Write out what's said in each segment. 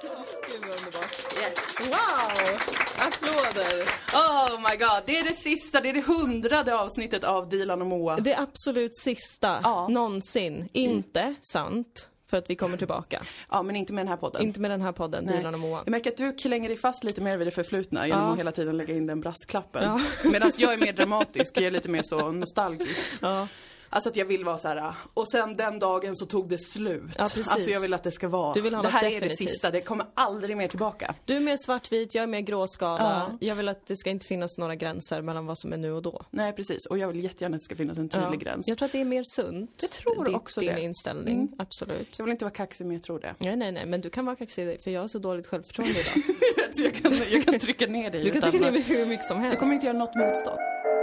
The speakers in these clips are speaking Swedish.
Gud vad underbart. Yes. Wow! Applåder. Oh my god, det är det sista, det är det 100:e avsnittet av Dilan och Moa. Det absolut sista någonsin. Inte sant, för att vi kommer tillbaka. Ja, men inte med den här podden. Inte med den här podden, Dilan och Moa. Jag märker att du klänger dig fast lite mer vid det förflutna genom att hela tiden lägga in den brasklappen. Ja. Medan jag är mer dramatisk, jag är lite mer så nostalgisk. Ja. Alltså att jag vill vara så här. Och sen den dagen så tog det slut. Ja, precis. Alltså jag vill att det ska vara. Du vill ha det här definitivt. är det sista, det kommer aldrig mer tillbaka. Du är mer svartvit, jag är mer gråskala. Ja. Jag vill att det ska inte finnas några gränser mellan vad som är nu och då. Nej, precis. Och jag vill jättegärna att det ska finnas en tydlig gräns. Jag tror att det är mer sunt. Jag tror också din det. inställning, absolut. Jag vill inte vara kaxig, men jag tror det. Nej, men du kan vara kaxig, för jag har så dåligt självförtroende idag. Så jag kan trycka ner dig. Du kan trycka ner mig hur mycket som helst. Du kommer inte göra något motstånd.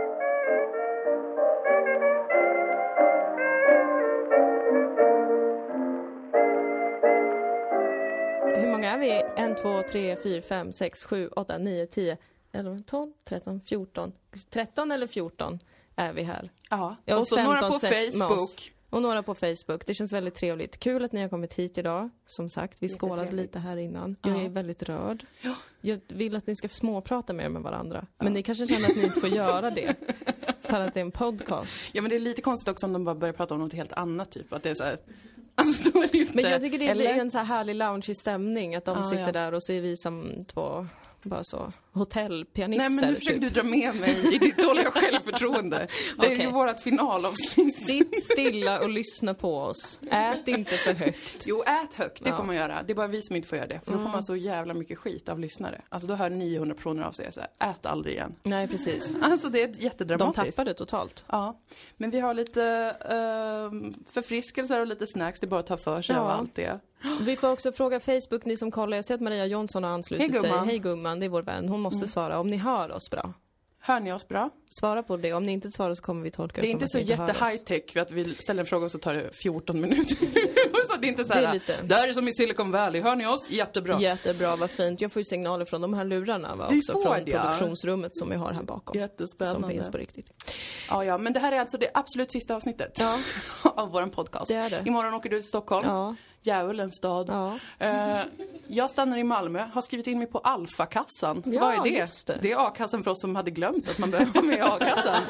Hur många är vi? 1, 2, 3, 4, 5, 6, 7, 8, 9, 10, 11, 12, 13, 14. 13 eller 14 är vi här. Ja, och så 15, några på Facebook. Och några på Facebook. Det känns väldigt trevligt. Kul att ni har kommit hit idag. Som sagt, vi skålade lite här innan. Jag är väldigt rörd. Ja. Jag vill att ni ska småprata mer med varandra. Men ni kanske känner att ni inte får göra det. För att det är en podcast. Ja, men det är lite konstigt också om de bara börjar prata om något helt annat typ. Att det är så här... Alltså, då är det inte... Men jag tycker det blir en så här härlig lounge stämning. Att de sitter där och så är vi som två... Bara så, hotellpianister. Nej, men nu försöker du dra med mig i ditt dåliga självförtroende. Det är ju vårat finalavsnitt. Sitt stilla och lyssna på oss. Ät inte för högt. Jo, ät högt, det får man göra. Det är bara vi som inte får göra det. För då får man så jävla mycket skit av lyssnare. Alltså då hör 900 personer av sig så här, ät aldrig igen. Nej, precis. Alltså det är jättedramatiskt. De tappar det totalt. Ja, men vi har lite förfriskelser och lite snacks. Det är bara att ta för sig av allt det. Vi får också fråga Facebook, ni som kollar. Jag ser att Maria Jonsson har anslutit sig. Hej gumman, det är vår vän. Hon måste svara om ni hör oss bra. Hör ni oss bra? Svara på det. Om ni inte svarar så kommer vi tolka det. Det är inte så jätte-high-tech för att vi ställer en fråga och så tar det 14 minuter. Så det är inte så här, det här är som i Silicon Valley. Hör ni oss? Jättebra. Jättebra, vad fint. Jag får ju signaler från de här lurarna också. Från produktionsrummet som jag har här bakom. Jättespännande. Som finns på riktigt. Ja, men det här är alltså det absolut sista avsnittet av våran podcast. Det är det. Imorgon åker du till Stockholm. Ja. Djävulens stad. Ja. Jag stannar i Malmö, har skrivit in mig på Alfa-kassan. Ja, vad är det? Just det? Det är A-kassan för oss som hade glömt att man behöver vara med i A-kassan.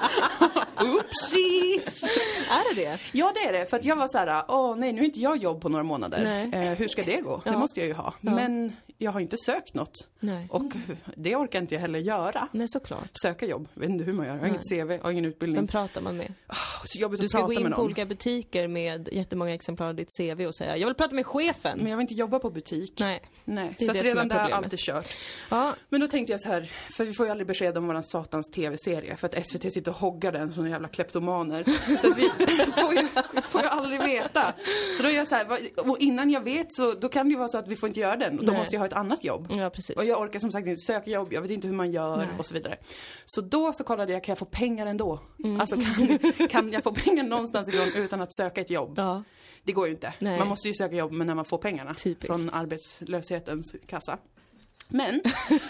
Oopsies! Är det? Ja, det är det. För att jag var så här, nej, nu är inte jag jobb på några månader. Hur ska det gå? Det måste jag ju ha. Ja. Men jag har inte sökt något. Nej. Och det orkar inte jag heller göra. Nej, såklart. Söka jobb. Jag vet inte hur man gör. Jag har inget CV, jag har ingen utbildning. Vem pratar man med? Så jobbigt du att ska prata gå in med på någon. Olika butiker med jättemånga exemplar av ditt CV och säga, jag vill prata med chefen. Men jag vill inte jobba på butik. Nej. Så att redan där är allt är kört. Ja. Men då tänkte jag så här, för vi får ju aldrig besked om våran satans tv-serie. För att SVT sitter och hoggar den som jävla kleptomaner. Så att vi får ju aldrig veta. Så då är jag så här, och innan jag vet så då kan det ju vara så att vi får inte göra den. Och då måste jag ha ett annat jobb. Ja, precis. Och jag orkar som sagt inte söka jobb, jag vet inte hur man gör och så vidare. Så då så kollade jag, kan jag få pengar ändå? Alltså kan jag få pengar någonstans ifrån utan att söka ett jobb? Ja. Det går ju inte. Nej. Man måste ju söka jobb när man får pengarna. Typiskt. Från arbetslöshetens kassa. Men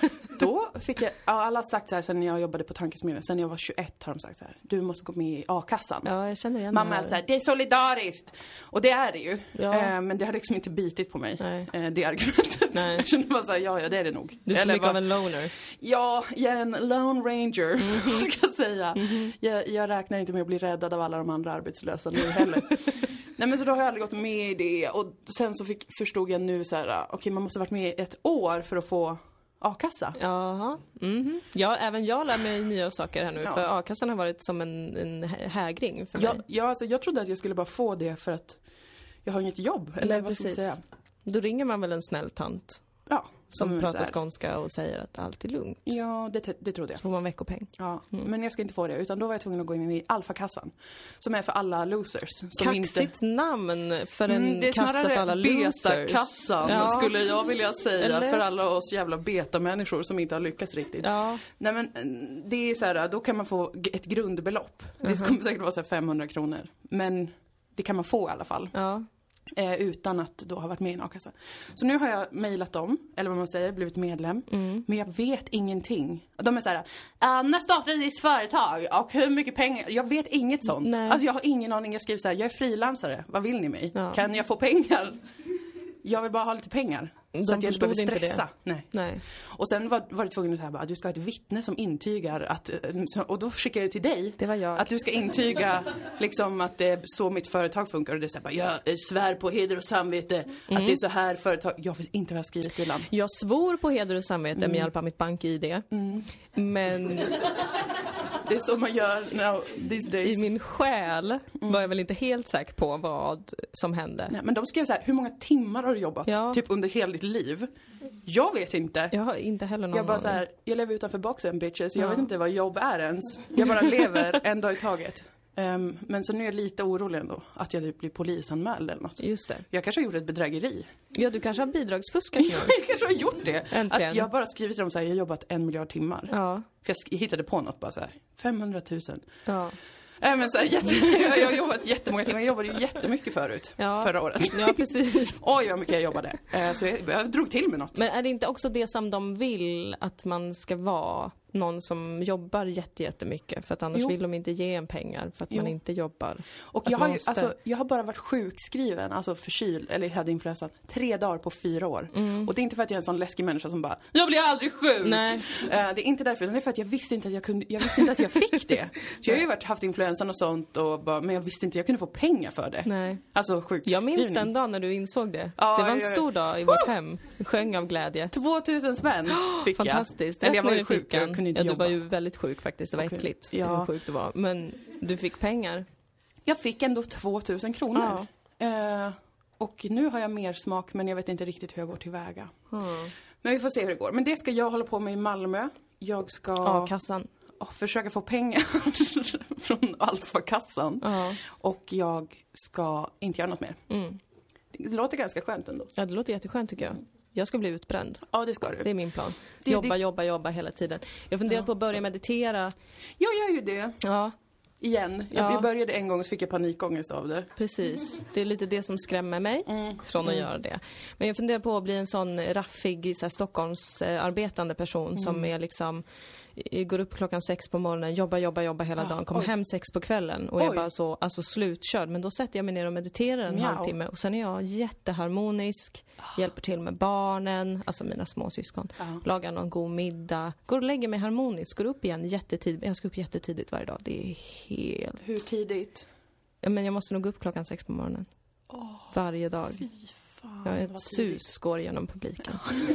då fick jag, alla har sagt så här sen jag jobbade på tankesmedjan, sen jag var 21 har de sagt så här, du måste gå med i A-kassan. Ja, jag känner igen Mamma är så här, det är solidariskt. Och det är det ju. Ja. Men det har liksom inte bitit på mig. Nej. Det argumentet. Nej. Jag kände bara så här, ja det är det nog. Du är mycket av en loner. Ja, jag är en lone ranger, ska jag säga. Jag räknar inte med att bli räddad av alla de andra arbetslösa nu heller. Nej, men så då har jag aldrig gått med i det. Och sen så förstod jag nu så här, okej, man måste ha varit med i ett år för att få A-kassa. Jaha. Mm-hmm. Ja, även jag lär mig nya saker här nu. Ja. För A-kassan har varit som en hägring för mig. Ja, alltså, jag trodde att jag skulle bara få det för att jag har inget jobb. Eller nej, vad ska man säga? Då ringer man väl en snäll tant. Ja. Som pratar skånska och säger att allt är lugnt. Ja, det trodde jag. Så får man veckopeng. Ja, men jag ska inte få det. Utan då var jag tvungen att gå in i Alfa-kassan. Som är för alla losers. Som kaxigt namn för en kassa för alla losers. Det är snarare beta-kassan, skulle jag vilja säga. Eller? För alla oss jävla beta-människor som inte har lyckats riktigt. Ja. Nej, men det är så här, då kan man få ett grundbelopp. Det kommer säkert vara så här 500 kronor. Men det kan man få i alla fall. Ja. Utan att då ha varit med i en A-kassa. Så nu har jag mejlat dem, eller vad man säger, blivit medlem. Men jag vet ingenting. De är så här, när startar ditt företag? Och hur mycket pengar? Jag vet inget sånt. Nej. Alltså jag har ingen aning. Jag skriver så här, jag är frilansare. Vad vill ni mig? Ja. Kan jag få pengar? Jag vill bara ha lite pengar. Så att jag inte behöver stressa. Nej. Och sen var det tvungen att säga att du ska ha ett vittne som intygar att, och då skickar jag till dig. Det var jag. Att du ska intyga liksom att det är så mitt företag funkar. Och det är så här, jag svär på heder och samvete att det är så här företag. Jag vet inte vad jag har skrivit till dem. Jag svor på heder och samvete med hjälp av mitt bank-ID. Men det är så man gör now, these days. I min själ var jag väl inte helt säker på vad som hände. Nej, men de skrev så här, hur många timmar har du jobbat? Typ under hela ditt liv. Jag vet inte. Jag har inte heller någon Jag bara så här, jag lever utanför boxen bitches. Jag vet inte vad jobb är ens. Jag bara lever en dag i taget. Men så nu är jag lite orolig ändå. Att jag typ blir polisanmäld eller något. Just det. Jag kanske har gjort ett bedrägeri. Ja, du kanske har bidragsfuskat nu. Jag kanske har gjort det. Äntligen. Att jag bara skrivit till dem så här, jag har jobbat 1 miljard timmar. Ja. För jag hittade på något bara så här, 500 000. Ja. Men så här, jag har jobbat jättemånga timmar. Jag jobbade ju jättemycket förra året. Ja, precis. Oj, vad mycket jag jobbade. Så jag drog till med något. Men är det inte också det som de vill att man ska vara? Någon som jobbar jättemycket. För att annars vill de inte ge en pengar för att man inte jobbar. Och jag har bara varit sjukskriven, alltså förkyld, eller hade influensan 3 dagar på 4 år. Och det är inte för att jag är en sån läskig människa som bara, jag blir aldrig sjuk! Nej. Det är inte därför, utan det är för att jag visste inte att jag fick det. Så jag har ju haft influensan och sånt, men jag visste inte att jag kunde få pengar för det. Nej. Alltså sjukskrivning. Jag minns den dagen när du insåg det. Det var en stor dag i vårt hem. Sjöng av glädje. 2000 spänn fick jag. Fantastiskt. Eller jag var ju sjuk, jag kunde inte jobba. Du var ju väldigt sjuk faktiskt, det var äckligt hur sjuk du var. Men du fick pengar. Jag fick ändå 2000 kronor. Och nu har jag mer smak, men jag vet inte riktigt hur jag går tillväga. Men vi får se hur det går. Men det ska jag hålla på med i Malmö. Jag ska... A-kassan. Försöka få pengar från Alfa-kassan. Och jag ska inte göra något mer. Det låter ganska skönt ändå. Ja, det låter jätteskönt tycker jag. Jag ska bli utbränd. Ja, det ska du. Det är min plan. Jobba hela tiden. Jag funderar på att börja meditera. Jag gör ju det. Ja. Igen. Jag började en gång och så fick jag panikångest av det. Precis. Det är lite det som skrämmer mig från att göra det. Men jag funderar på att bli en sån raffig Stockholms arbetande person som är liksom går upp 6 på morgonen, jobbar hela dagen, kommer hem 6 på kvällen och är bara så slutkörd. Men då sätter jag mig ner och mediterar en halvtimme och sen är jag jätteharmonisk, hjälper till med barnen, alltså mina småsyskon, lagar någon god middag, går och lägger mig harmoniskt, går upp igen jättetidigt. Jag ska upp jättetidigt varje dag, det är helt... Hur tidigt? Ja, men jag måste nog gå upp 6 på morgonen. Varje dag. Ett sus går genom publiken.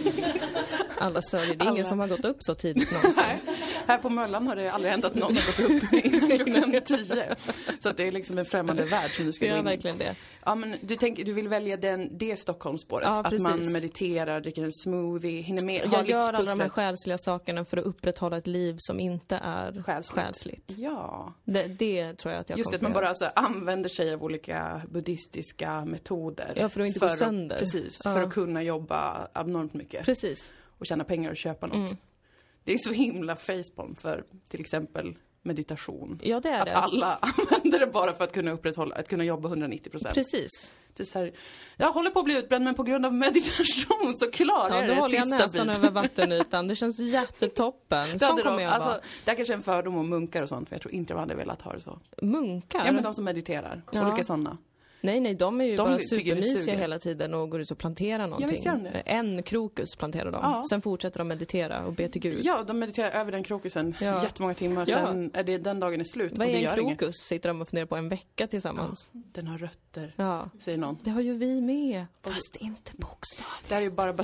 Alla sörjer. Det är ingen som har gått upp så tidigt någonsin. Här på Möllan har det aldrig hänt att någon har gått upp klockan 10. Så att det är liksom en främmande värld som du ska gå in i. Ja, verkligen det. Ja, men du vill välja det Stockholmsspåret. Ja, att man mediterar, dricker en smoothie, hinner med. Jag gör alla de här själsliga sakerna för att upprätthålla ett liv som inte är själsligt. Ja. Det tror jag att jag just kommer att man bara använder sig av olika buddhistiska metoder. Ja, för att inte gå sönder. Precis, för att kunna jobba abnormt mycket. Precis. Och tjäna pengar och köpa något. Det är så himla facepalm för till exempel meditation. Ja, det är att alla använder det bara för att kunna upprätthålla, att kunna jobba 190%. Precis. Det är så här, jag håller på att bli utbränd, men på grund av meditation så klarar jag det håller sista jag näsan biten. över vattenytan. Det känns jättetoppen. Så kommer jag vara. Det är kanske en fördom om munkar och sånt, för jag tror inte de hade velat ha det så. Munkar? Ja, men de som mediterar. Olika sådana. Nej, de är ju bara supermysiga hela tiden och går ut och planterar någonting. Ja, visst, en krokus planterar de. Ja. Sen fortsätter de meditera och be till Gud. Ja, de mediterar över den krokusen jättemånga timmar. Sen är det den dagen är slut. Vad är en krokus? Sitter de och funderar på en vecka tillsammans. Ja, den har rötter, säger någon. Det har ju vi med. Fast inte bokstav. Det här är ju bara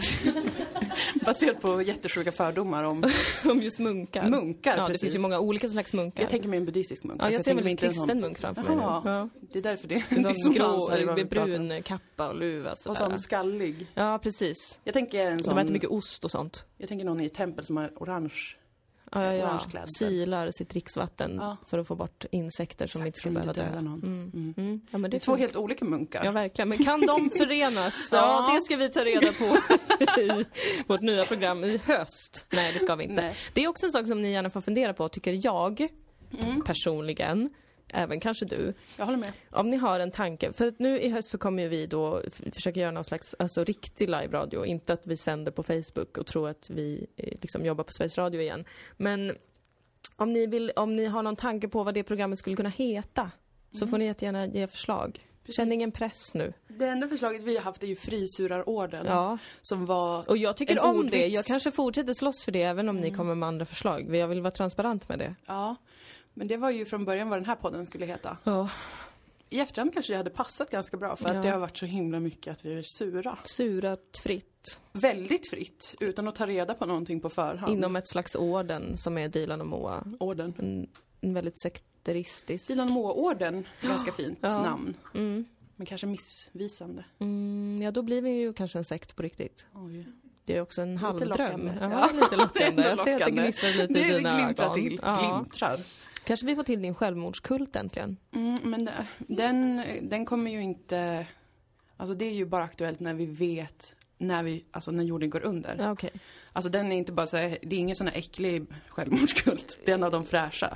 baserat på jättesjuka fördomar om just munkar. Munkar, ja, det finns ju många olika slags munkar. Jag tänker mig en buddhistisk munk. Ja, jag ser väl en kristen munk framför mig nu. Ja. Det är därför det är grå, brun kappa och luva. Och sån skallig. Ja, precis. Jag tänker en sån... De äter mycket ost och sånt. Jag tänker någon i ett tempel som har orange kläder. Silar sitt dricksvatten för att få bort insekter som inte ska behöva döda någon. Ja, men det är 2 helt olika munkar. Ja, verkligen. Men kan de förenas? Ja, det ska vi ta reda på i vårt nya program i höst. Nej, det ska vi inte. Nej. Det är också en sak som ni gärna får fundera på, tycker jag personligen. Även kanske du. Jag håller med. Om ni har en tanke. För att nu i höst så kommer vi då försöka göra någon slags riktig live-radio. Inte att vi sänder på Facebook och tror att vi liksom jobbar på Sveriges Radio igen. Men om ni har någon tanke på vad det programmet skulle kunna heta så får ni jättegärna ge förslag. Känn ingen press nu. Det enda förslaget vi har haft är ju frisurarorden. Som var och jag tycker om det. Jag kanske fortsätter slåss för det även om ni kommer med andra förslag. Jag vill vara transparent med det. Ja, men det var ju från början vad den här podden skulle heta. Ja. I efterhand kanske det hade passat ganska bra för att det har varit så himla mycket att vi är sura. Surat fritt. Väldigt fritt, utan att ta reda på någonting på förhand. Inom ett slags orden som är Dilan och Moa. Orden. En väldigt sekteristisk. Dilan och Moa-orden, ganska fint namn. Mm. Men kanske missvisande. Ja, då blir vi ju kanske en sekt på riktigt. Oj. Det är också en halvdröm. Ja, lite lockande. Jag ser att det gnisslar lite i dina ögon. Glimtrar. Kanske vi får till din självmordskult äntligen. Men den kommer ju inte... Alltså det är ju bara aktuellt när vi vet... När jorden går under. Ja, okay. Alltså den är inte bara så här, det är ingen sån här äcklig självmordskult. Det är en av de fräscha.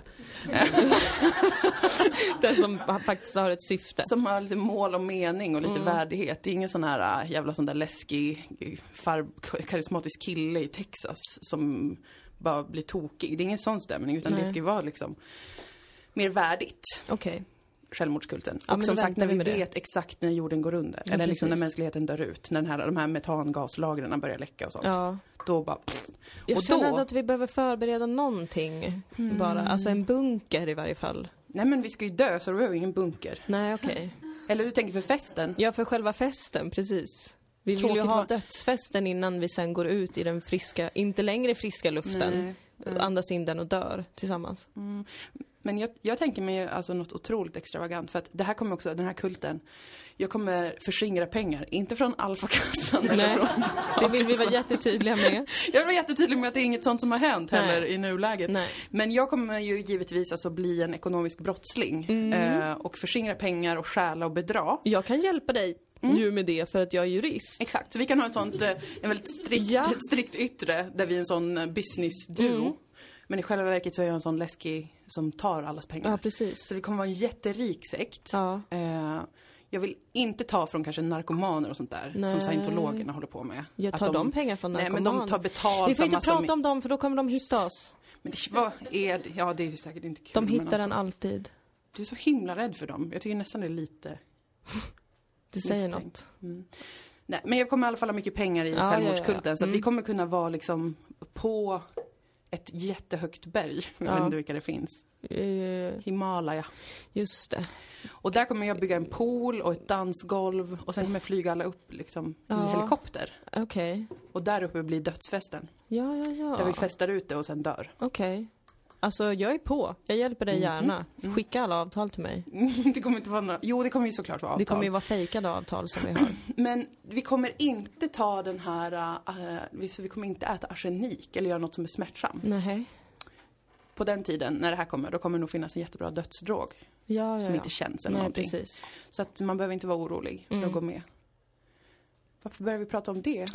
Den som faktiskt har ett syfte. Som har lite mål och mening och lite värdighet. Det är ingen sån här jävla sån där läskig karismatisk kille i Texas som bara blir tokig. Det är ingen sån stämning utan det ska ju vara liksom mer värdigt. Okej. Okay. Självmordskulten. Och som sagt när vi vet exakt när jorden går under. Ja, eller liksom när mänskligheten dör ut. När de här metangaslagren börjar läcka och sånt. Ja. Då bara... Jag känner att vi behöver förbereda någonting. Bara. Alltså en bunker i varje fall. Nej men vi ska ju dö så då behöver vi ingen bunker. Nej okej. Eller du tänker för festen? Ja för själva festen, precis. Vi vill ju ha dödsfesten innan vi sen går ut i den friska, inte längre friska luften. Andas in den och dör tillsammans. Men jag tänker mig alltså något otroligt extravagant. För att det här kommer också, den här kulten. Jag kommer förskingra pengar. Inte från Alfakassan eller från... Det vill vi vara jättetydliga med. Jag vill vara jättetydlig med att det är inget sånt som har hänt heller i nuläget. Nej. Men jag kommer ju givetvis alltså bli en ekonomisk brottsling. Och förskingra pengar och stjäla och bedra. Jag kan hjälpa dig. Ju med det för att jag är jurist. Exakt, så vi kan ha ett sånt, en väldigt strikt yttre där vi är en sån business-duo. Men i själva verket så är jag en sån läskig som tar allas pengar. Ja, precis. Så vi kommer vara en jätterik sekt. Ja. Jag vill inte ta från kanske narkomaner och sånt där. Som scientologerna håller på med. Jag tar de pengar från narkomaner. Nej, men de tar betalt. Vi får inte prata om dem för då kommer de hitta oss. Men det är ju säkert inte kul. De hittar den alltid. Du är så himla rädd för dem. Jag tycker nästan det är lite... Det säger något. Nej, men jag kommer i alla fall ha mycket pengar i självmordskulten. Så att vi kommer kunna vara liksom på ett jättehögt berg. Jag vet inte vilka det finns. Himalaya. Just det. Och där kommer jag bygga en pool och ett dansgolv. Och sen kommer jag flyga alla upp liksom i helikopter. Okej. Och där uppe blir dödsfesten. Ja. Där vi festar ut det och sen dör. Okej. Alltså jag är på. Jag hjälper dig gärna. Skicka alla avtal till mig. Det kommer inte vara några... Jo, det kommer ju såklart vara avtal. Det kommer ju vara fejkade avtal som vi har. Men vi kommer inte ta den här... vi kommer inte äta arsenik eller göra något som är smärtsamt. Nej. På den tiden, när det här kommer, då kommer det nog finnas en jättebra dödsdrog. Som inte känns eller någonting. Precis. Så att man behöver inte vara orolig för att gå med. Varför börjar vi prata om det?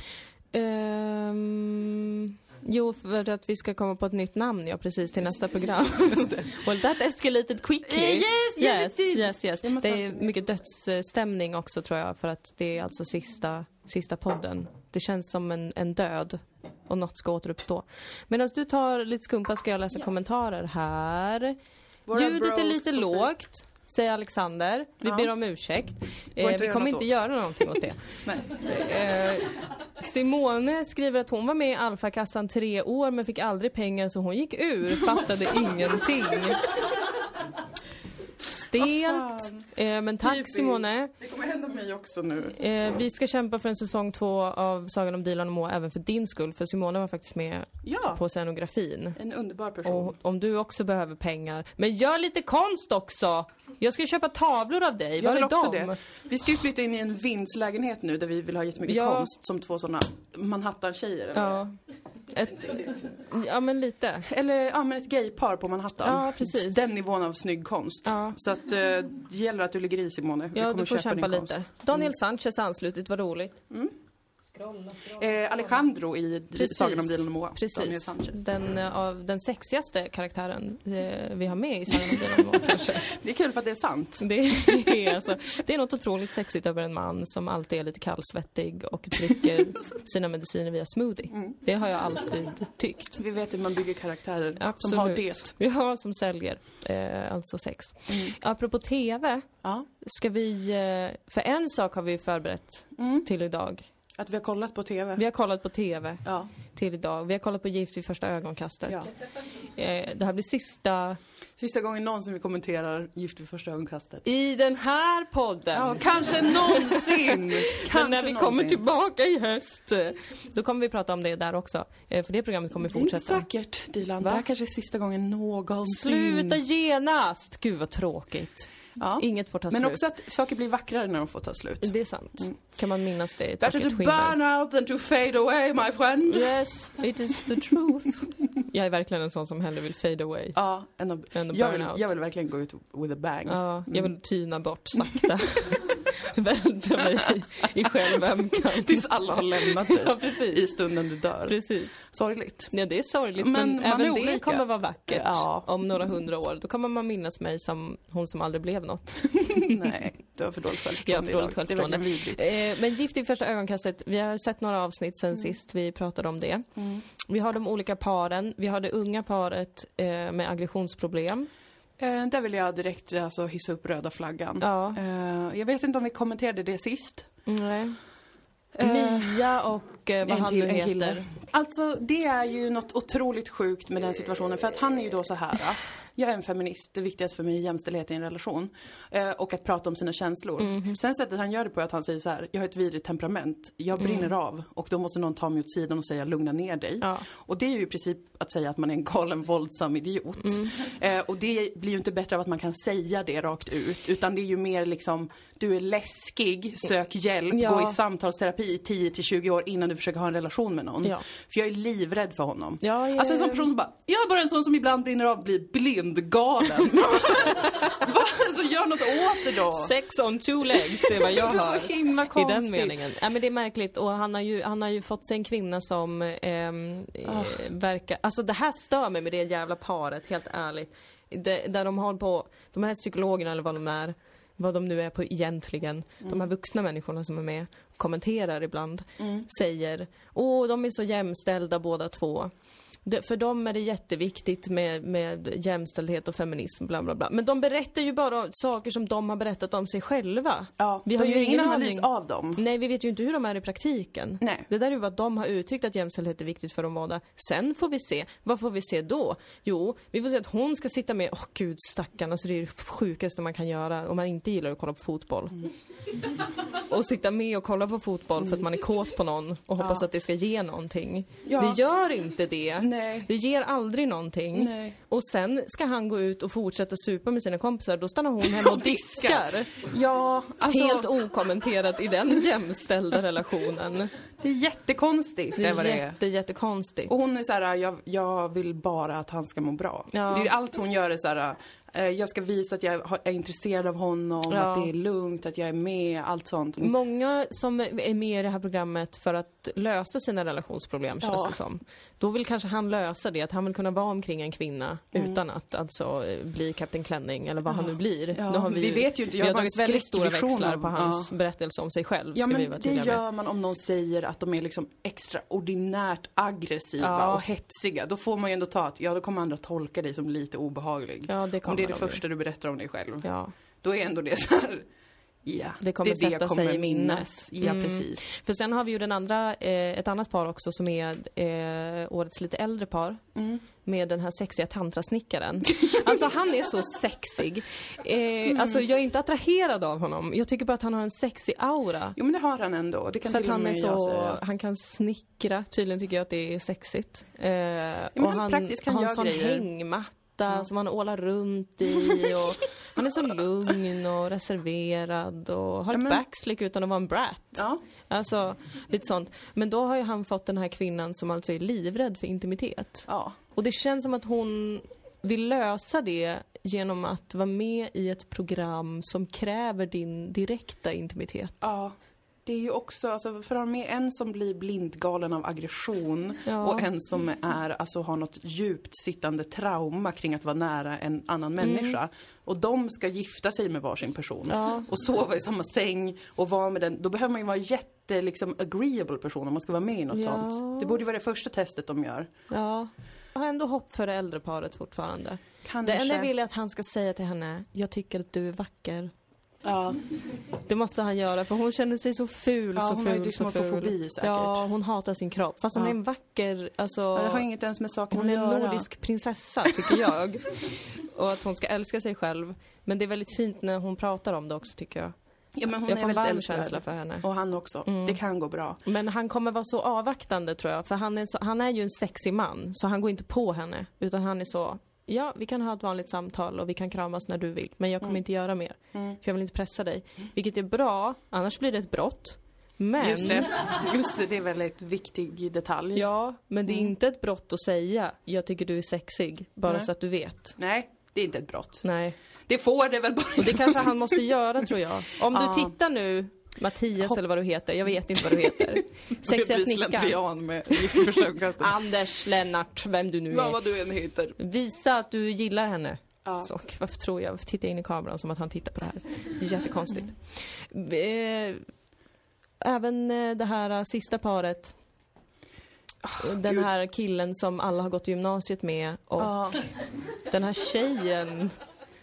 Jo, för att vi ska komma på ett nytt namn, precis till nästa program. Well, that escalated quickly. Yes. Det är mycket dödsstämning också tror jag, för att det är alltså sista podden. Det känns som en död och något ska återuppstå. Medan du tar lite skumpa ska jag läsa kommentarer här. Ljudet är lite lågt. Säger Alexander. Vi ber om ursäkt. Vi kommer inte göra någonting åt det. Simone skriver att hon var med i Alfakassan 3 år men fick aldrig pengar så hon gick ur. Fattade ingenting. Stelt. Men tack Simone. Det kommer hända mig också nu. Vi ska kämpa för en säsong 2 av Sagan om Dilan och Moa även för din skull. För Simone var faktiskt med på scenografin. En underbar person. Och om du också behöver pengar. Men gör lite konst också! Jag ska köpa tavlor av dig. Jag vill också det. Vi ska ju flytta in i en vindslägenhet nu där vi vill ha jättemycket konst. Som 2 sådana Manhattan-tjejer. Eller? Ja, men lite. Eller men ett gaypar på Manhattan. Ja, precis. Den nivån av snygg konst. Ja. Så att det gäller att du ligger i Simone. Ja, du får kämpa lite. Daniel Sanchez anslutit, vad roligt. Alejandro i Sagan om Dylan Momoa. Precis. Den sexigaste karaktären vi har med i Sagan om Dylan Momoa kanske. Det är kul för att det är sant. Det är något otroligt sexigt över en man som alltid är lite kallsvettig och dricker sina mediciner via smoothie. Det har jag alltid tyckt. Vi vet hur man bygger karaktärer som har det. Ja, som säljer. Alltså sex. Apropå TV, ska vi... För en sak har vi förberett till idag. Att vi har kollat på TV. Vi har kollat på TV till idag. Vi har kollat på Gift vid första ögonkastet. Ja. Det här blir sista gången någonsin vi kommenterar Gift vid första ögonkastet. I den här podden. Ja, kanske någonsin. Men när vi kommer tillbaka i höst, då kommer vi prata om det där också. För det programmet kommer fortsätta. Inte säkert, Dilan. Det här kanske är sista gången någonsin. Sluta genast! Gud vad tråkigt. Ja. Inget får ta men slut. Också att saker blir vackrare när de får ta slut. Det är sant. Kan man minnas det i ett better to burn out than to fade away, my friend. Yes, it is the truth. Jag är verkligen en sån som hellre vill fade away. Ja, jag vill verkligen gå ut with a bang. Ja, jag vill tyna bort sakta. Välta mig i självömkan. Tills alla har lämnat dig. Ja, precis. I stunden du dör. Precis. Sorgligt. Ja, det är sorgligt. Men även det olika. kommer vara vackert om några 100 år. Då kommer man minnas mig som hon som aldrig blev något. Nej, du har för dåligt självförtroende idag. Det är verkligen vidrigt. Men Gift i första ögonkastet, vi har sett några avsnitt sen sist vi pratade om det. Vi har de olika paren. Vi har det unga paret med aggressionsproblem. Där vill jag direkt hissa upp röda flaggan. Ja. Jag vet inte om vi kommenterade det sist. Nej. Mia och vad han nu heter. Kille. Alltså det är ju något otroligt sjukt med den situationen. För att han är ju då så här. Jag är en feminist, det viktigaste för mig är jämställdhet i en relation. Och att prata om sina känslor. Sen sättet han gör det på är att han säger så här: jag har ett vidrigt temperament, jag brinner av. Och då måste någon ta mig åt sidan och säga lugna ner dig. Ja. Och det är ju i princip att säga att man är en galen, våldsam idiot. Och det blir ju inte bättre av att man kan säga det rakt ut. Utan det är ju mer liksom, du är läskig, sök hjälp, gå i samtalsterapi i 10-20 år innan du försöker ha en relation med någon. Ja. För jag är livrädd för honom. Alltså en sån person som bara, jag är bara en sån som ibland brinner av, blir blindgalen. Så gör något åt det då. Sex on two legs är vad jag hör. Det är så himla konstigt. I den meningen. Ja, men det är märkligt. Och han har ju fått sig en kvinna som verkar... Alltså det här stör mig med det jävla paret, helt ärligt. Där de har på... De här psykologerna eller vad de nu är på egentligen. De här vuxna människorna som är med och kommenterar ibland. Säger, de är så jämställda båda två. För dem är det jätteviktigt med jämställdhet och feminism, bla bla bla. Men de berättar ju bara saker som de har berättat om sig själva. Ja, vi har ju ingen analys av dem. Nej, vi vet ju inte hur de är i praktiken. Nej. Det där är ju bara att de har uttryckt att jämställdhet är viktigt för dem båda. Sen får vi se. Vad får vi se då? Jo, vi får se att hon ska sitta med... gud, stackarn. Alltså det är det sjukaste man kan göra om man inte gillar att kolla på fotboll. Och sitta med och kolla på fotboll för att man är kåt på någon och hoppas att det ska ge någonting. Ja. Det gör inte det. Nej. Det ger aldrig någonting. Nej. Och sen ska han gå ut och fortsätta supa med sina kompisar. Då stannar hon hemma och diskar. Ja, alltså... Helt okommenterat i den jämställda relationen. Det är jättekonstigt. Det är jättekonstigt. Och hon är så här, jag vill bara att han ska må bra. Ja. Det är allt hon gör är så här... Jag ska visa att jag är intresserad av honom, att det är lugnt, att jag är med, allt sånt. Många som är med i det här programmet för att lösa sina relationsproblem, känns det som. Då vill kanske han lösa det, att han vill kunna vara omkring en kvinna utan att alltså bli Kapten Klänning eller vad han nu blir. Ja. Då har vi vet ju inte, vi har tagit väldigt stora växlar på hans berättelse om sig själv. Ja, men det gör man om någon säger att de är liksom extraordinärt aggressiva och hetsiga. Då får man ju ändå ta att, då kommer andra tolka dig som lite obehaglig. Ja, det om det är det första du berättar om dig själv. Ja. Då är ändå det så här... Ja, det kommer sätta sig i minnes. Ja, precis. För sen har vi ju ett annat par också som är årets lite äldre par. Med den här sexiga tantrasnickaren. Alltså han är så sexig. Alltså jag är inte attraherad av honom. Jag tycker bara att han har en sexig aura. Jo, men det har han ändå. Det kan för att han är så, han kan snickra. Tydligen tycker jag att det är sexigt. Och han praktiskt kan har göra en sån hängmatta som han ålar runt i och han är så lugn och reserverad och har ett backslick utan att vara en brat. Ja. Alltså, lite sånt. Men då har ju han fått den här kvinnan som alltså är livrädd för intimitet. Ja. Och det känns som att hon vill lösa det genom att vara med i ett program som kräver din direkta intimitet. Ja. det är ju också, alltså, för de är en som blir blindgalen av aggression och en som har något djupt sittande trauma kring att vara nära en annan människa. Och de ska gifta sig med varsin person och sova i samma säng och vara med den. Då behöver man ju vara agreeable person om man ska vara med i något sånt. Det borde ju vara det första testet de gör. Ja. Jag har ändå hopp för det äldre paret fortfarande. Kanske. Det enda jag vill är att han ska säga till henne, jag tycker att du är vacker. Ja. Det måste han göra, för hon känner sig så ful, så hon ful, har ju så ful. fobi, säkert. Ja, hon hatar sin kropp. Fast hon är en vacker, alltså... det har inget ens med saken hon att göra. Hon är en nordisk prinsessa, tycker jag. Och att hon ska älska sig själv. Men det är väldigt fint när hon pratar om det också, tycker jag. Ja, men hon jag är får en väldigt varm känsla för henne. Och han också. Det kan gå bra. Men han kommer vara så avvaktande, tror jag. För han är ju en sexig man. Så han går inte på henne. Utan han är så... Ja, vi kan ha ett vanligt samtal och vi kan kramas när du vill. Men jag kommer inte göra mer. För jag vill inte pressa dig. Vilket är bra, annars blir det ett brott. Men... Just det, det är väldigt viktig detalj. Ja, men det är inte ett brott att säga jag tycker du är sexig. Bara så att du vet. Nej, det är inte ett brott. Nej. Det får det väl bara. Och det kanske han måste göra, tror jag. Om du tittar nu... Mattias eller vad du heter. Jag vet inte vad du heter. Sexiga snickaren. Med Anders, Lennart, vem du nu är. Vad du än heter. Visa att du gillar henne. Så, varför tror jag? Titta in i kameran som att han tittar på det här. Det är jättekonstigt. Även det här sista paret. Den här killen som alla har gått i gymnasiet med. Och den här tjejen...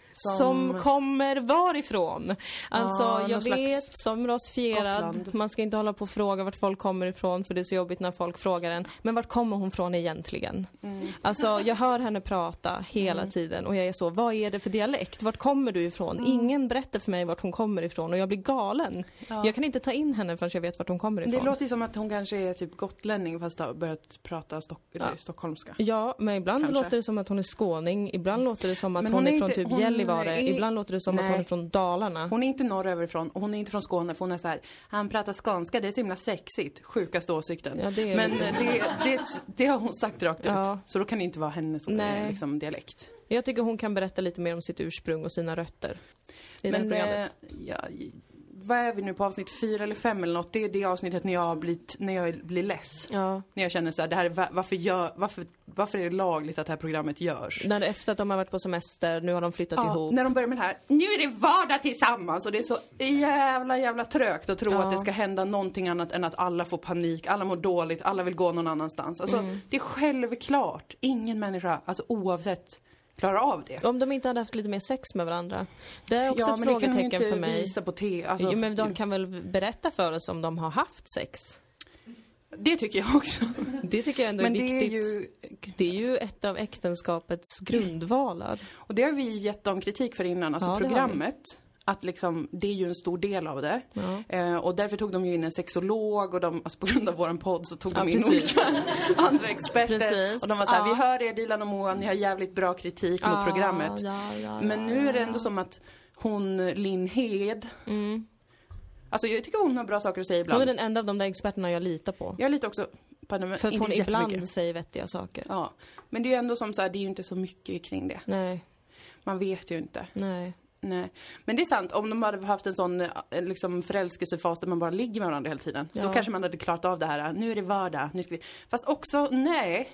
Som kommer varifrån. Alltså, jag vet, som rasifierad. Gotland. Man ska inte hålla på och fråga vart folk kommer ifrån, för det är så jobbigt när folk frågar en. Men vart kommer hon från egentligen? Alltså, jag hör henne prata hela tiden. Och jag är så, vad är det för dialekt? Vart kommer du ifrån? Ingen berättar för mig vart hon kommer ifrån. Och jag blir galen. Jag kan inte ta in henne förrän jag vet vart hon kommer ifrån. Det låter ju som att hon kanske är typ gotlänning, fast har börjat prata stockholmska. Ja, men ibland låter det som att hon är skåning. Ibland låter det som att hon är från typ Gällivare. Ibland låter det som att hon är från Dalarna. Hon är inte norröverifrån och hon är inte från Skåne, för hon är så här, han pratar skånska, det är så himla sexigt. Sjukaste åsikten. Ja, men det har hon sagt rakt ut. Så då kan det inte vara henne som är liksom dialekt. Jag tycker hon kan berätta lite mer om sitt ursprung och sina rötter i det här programmet. Vad är vi nu på avsnitt 4 eller 5 eller något? Det är det avsnittet när jag blir less. Ja. När jag känner så här, det här är, varför är det lagligt att det här programmet görs? När efter att de har varit på semester, nu har de flyttat ihop. När de börjar med det här, nu är det vardag tillsammans. Och det är så jävla trögt att tro att det ska hända någonting annat än att alla får panik. Alla mår dåligt, alla vill gå någon annanstans. Alltså, det är självklart. Ingen människa, alltså oavsett... klarar av det. Om de inte hade haft lite mer sex med varandra. Det är också ett frågetecken för mig. Visa på alltså, men de kan väl berätta för oss om de har haft sex. Det tycker jag också. Det tycker jag ändå är viktigt. Det är ju ett av äktenskapets grundvalar. Och det har vi gett dem kritik för innan. Alltså programmet. Att liksom, det är ju en stor del av det. Och därför tog de ju in en sexolog. Och alltså på grund av våran podd så tog de in andra experter. Precis. Och de var så här, vi hör er Dilan och Moa, ni har jävligt bra kritik mot programmet. Men nu är det ändå som att hon, Linn Hed... Alltså jag tycker hon har bra saker att säga ibland. Hon är den enda av de där experterna jag litar på. Jag litar också på henne. För att hon ibland säger vettiga saker. Ja, men det är ju ändå som så här, det är ju inte så mycket kring det. Nej. Man vet ju inte. Nej. Men det är sant, om de hade haft en sån liksom förälskelsefas där man bara ligger med varandra hela tiden. Då kanske man hade klarat av det här. Nu är det vardag, nu ska vi... Fast också, nej,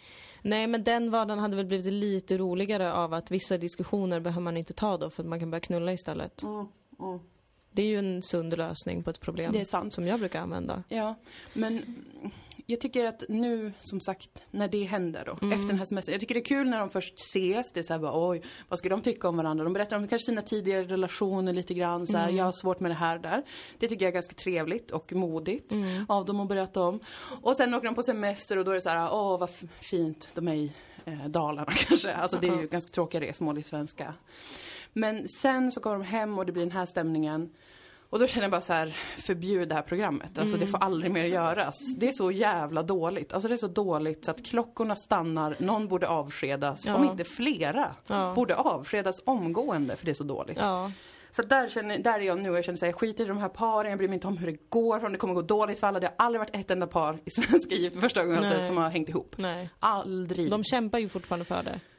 men den vardagen hade väl blivit lite roligare av att vissa diskussioner behöver man inte ta då, för att man kan börja knulla istället. Det är ju en sund lösning på ett problem. Det är sant. Som jag brukar använda. Ja, men jag tycker att nu, som sagt, när det händer då, efter den här semestern. Jag tycker det är kul när de först ses. Det är så här bara, oj, vad ska de tycka om varandra? De berättar om kanske sina tidigare relationer lite grann. Så här, jag har svårt med det här där. Det tycker jag är ganska trevligt och modigt av dem att berätta om. Och sen åker de på semester och då är det så här, vad fint, de är i Dalarna kanske. Alltså det är ju ganska tråkiga resmål i svenska. Men sen så kommer de hem och det blir den här stämningen. Och då känner jag bara så här, förbjud det här programmet. Alltså det får aldrig mer göras. Det är så jävla dåligt. Alltså det är så dåligt så att klockorna stannar. Någon borde avskedas. Om inte flera borde avskedas omgående, för det är så dåligt. Så där är jag nu och jag känner så här, jag skiter i de här paren. Jag bryr mig inte om hur det går. För det kommer gå dåligt för alla. Det har aldrig varit ett enda par i svenska gift första gången som har hängt ihop. Nej. Aldrig. De kämpar ju fortfarande för det.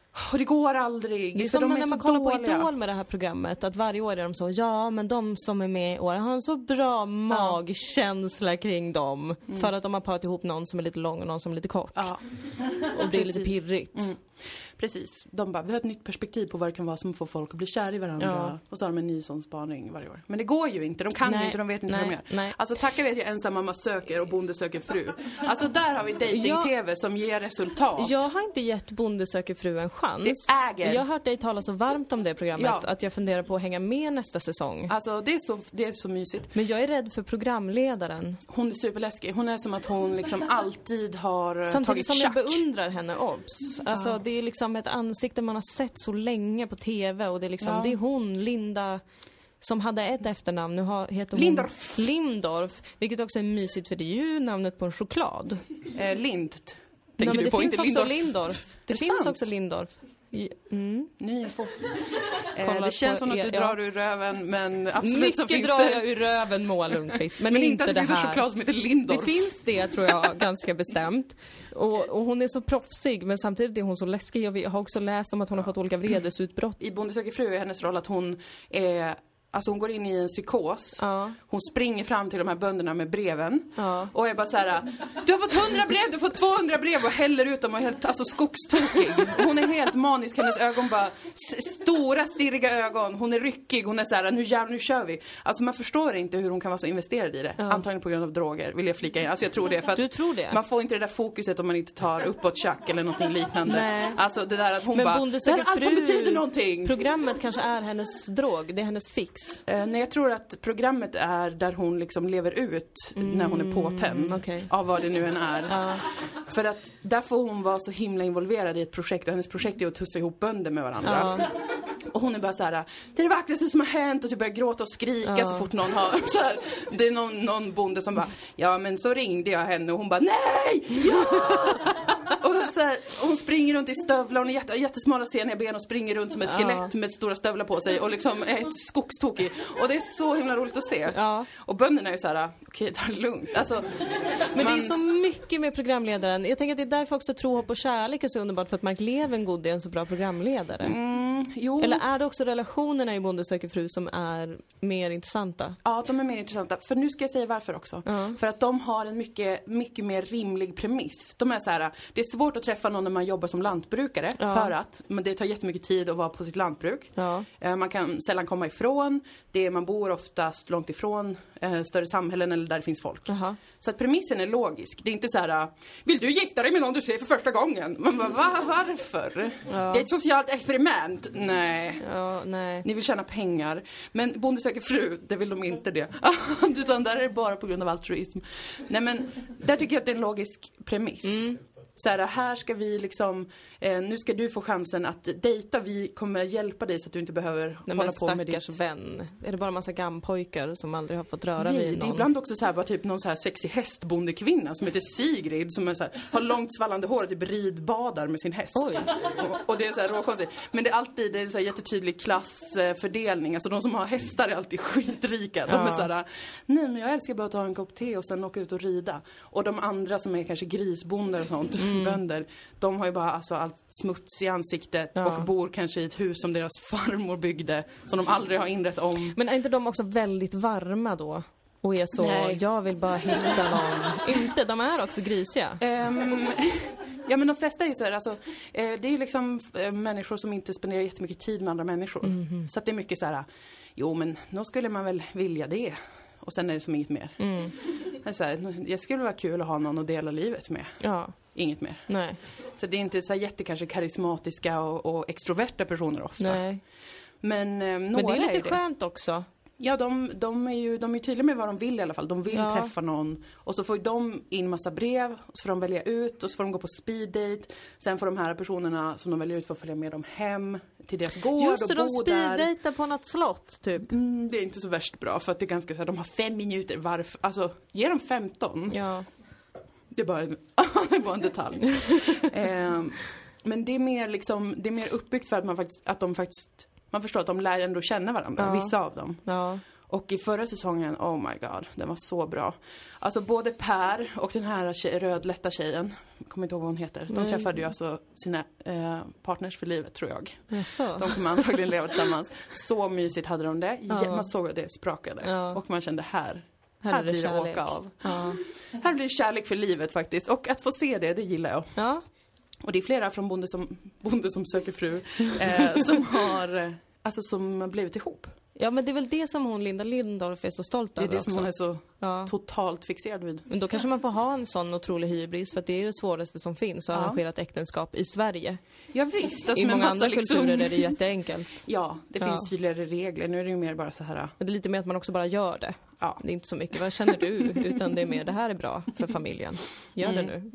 Och det går aldrig. Det är som när man kollar på Idol med det här programmet. Att varje år är de så, ja men de som är med i år har en så bra magkänsla kring dem. För att de har parat ihop någon som är lite lång och någon som är lite kort. Ja. Och det är lite pirrigt. Precis. De bara, vi har ett nytt perspektiv på vad det kan vara som får folk att bli kär i varandra. Ja. Och så har de en ny sån spaning varje år. Men det går ju inte. De kan ju inte, de vet inte vad de gör. Nej. Alltså Tacka vet jag, ensam mamma söker och bonde söker fru. Alltså där har vi dating-tv som ger resultat. Jag har inte gett bonde söker fru en chans. Det äger. Jag har hört dig tala så varmt om det programmet att jag funderar på att hänga med nästa säsong. Alltså det är så mysigt. Men jag är rädd för programledaren. Hon är superläskig. Hon är som att hon liksom alltid har samtidigt tagit som tjack. Jag beundrar henne obs. Alltså det är liksom ett ansikte man har sett så länge på tv och det är liksom det är hon, Linda, som hade ett efternamn. Nu heter hon Lindorff, vilket också är mysigt för det är ju namnet på en choklad. Lindt. Nej, men det finns också Lindorff. Det finns också Lindorff. Ny info. Det känns som att du drar ur röven, men absolut mycket så finns drar det. Jag ur röven, Moa Lundqvist. Men inte att det finns här. En choklad som heter Lindorff. Det finns det, tror jag, ganska bestämt. Och hon är så proffsig, men samtidigt är hon så läskig. Jag har också läst om att hon har fått olika vredesutbrott. I Bonde söker fru är hennes roll att hon är... Alltså hon går in i en psykos. Ja. Hon springer fram till de här bönderna med breven. Ja. Och är bara så här: du har fått 100 brev, du har fått 200 brev. Och häller ut dem och är helt skogstokig. Hon är helt manisk, hennes ögon bara stora stirriga ögon. Hon är ryckig, hon är så här: nu kör vi. Alltså man förstår inte hur hon kan vara så investerad i det. Antagligen på grund av droger, vill jag flika in. Alltså jag tror det, för att du tror det? Man får inte det där fokuset om man inte tar uppåt tjack eller någonting liknande. Nej. Alltså det där att hon men bara, det är allt som betyder någonting. Programmet kanske är hennes drog, det är hennes fix. Nej, jag tror att programmet är där hon liksom lever ut när hon är påtänd av vad det nu än är. För att där får hon vara så himla involverad i ett projekt och hennes projekt är att tussa ihop bönder med varandra. Och hon är bara så här: det är det vackraste som har hänt, och typ börjar gråta och skrika så fort någon har så här, det är någon bonde som bara, ja men så ringde jag henne och hon bara, nej! Ja! Och så här, hon springer runt i stövlar, hon är jättesmala seniga ben och springer runt som ett skelett med stora stövlar på sig och liksom är ett skogstokig. Och det är så himla roligt att se. Och bönderna är ju så här: okej, ta det lugnt. Alltså, men det är så mycket med programledaren. Jag tänker att det är därför också Tro, hopp och kärlek är så underbart, för att Mark Levengood är en så bra programledare. Jo. Eller är det också relationerna i Bonde söker fru som är mer intressanta? Ja, de är mer intressanta. För nu ska jag säga varför också. För att de har en mycket mer rimlig premiss. De är så här: det är svårt att träffa någon när man jobbar som lantbrukare. För att men det tar jättemycket tid att vara på sitt lantbruk. Man kan sällan komma ifrån. Man bor oftast långt ifrån större samhällen eller där det finns folk. Så att premissen är logisk. Det är inte så här: vill du gifta dig med någon du ser för första gången? Man bara, varför? Det är ett socialt experiment. Nej. Nej. Ni vill tjäna pengar. Men Bonde söker fru, det vill de inte det. Utan där är det bara på grund av altruism. Nej, men där tycker jag att det är en logisk premiss. Så här ska vi liksom, nu ska du få chansen att dejta, vi kommer hjälpa dig så att du inte behöver hålla på med ditt. Vän. Är det bara en massa gampojkar som aldrig har fått röra vid någon? Det är ibland också så här, bara typ någon så här sexig hästbondekvinna som heter Sigrid, som är så här, har långt svallande hår och typ ridbadar med sin häst. Och det är så här råkonstigt. Men det är en så här jättetydlig klassfördelning. Alltså de som har hästar är alltid skitrika. De är så här: nej men jag älskar bara att ta en kopp te och sen åka ut och rida. Och de andra som är kanske grisbonder och sånt, bönder, de har ju bara allt smuts i ansiktet och bor kanske i ett hus som deras farmor byggde, som de aldrig har inrett om. Men är inte de också väldigt varma då? Och är så, jag vill bara hitta någon. Inte, de är också grisiga. Ja, men de flesta är ju så här, alltså, det är ju liksom människor som inte spenderar jättemycket tid med andra människor. Så att det är mycket så här: jo men då skulle man väl vilja det. Och sen är det som inget mer. Så här, jag skulle vara kul att ha någon att dela livet med. Inget mer. Nej. Så det är inte så här kanske karismatiska och extroverta personer ofta. Nej. Men några men det är lite är skönt också. Ja, de är ju tydliga med vad de vill i alla fall. De vill träffa någon. Och så får de in massa brev. Och så får de välja ut. Och så får de gå på speed date. Sen får de här personerna som de väljer ut för att följa med dem hem till deras gård. Just det, och de speed-datar på något slott typ. Det är inte så värst bra. För att det är ganska så här, de har 5 minuter. Varför? Alltså, ge dem 15. Ja. Det är bara en detalj. Men det är mer liksom, det är mer uppbyggt för att man förstår att de lär ändå känna varandra, vissa av dem. Och i förra säsongen, oh my god, den var så bra. Alltså både Per och den här rödlätta tjejen, jag kommer inte ihåg vad hon heter. De träffade ju alltså sina partners för livet, tror jag. Jaså? De kommer antagligen leva tillsammans. Så mysigt hade de det. Man såg att det sprakade. Och man kände här blir det åka av. Här blir det kärlek för livet faktiskt. Och att få se det gillar jag. Ja. Och det är flera från Bonde som söker fru som har blivit ihop. Ja, men det är väl det som hon, Linda Lindorff, är så stolt över. Det är det som hon är så totalt fixerad vid. Men då kanske man får ha en sån otrolig hybris, för att det är det svåraste som finns, att arrangera ett äktenskap i Sverige. Ja visst. Alltså i många andra kulturer är det jätteenkelt. Ja, det finns tydligare regler. Nu är det ju mer bara så här. Det är lite mer att man också bara gör det. Ja. Det är inte så mycket, vad känner du? Utan det är mer, det här är bra för familjen. Gör det nu.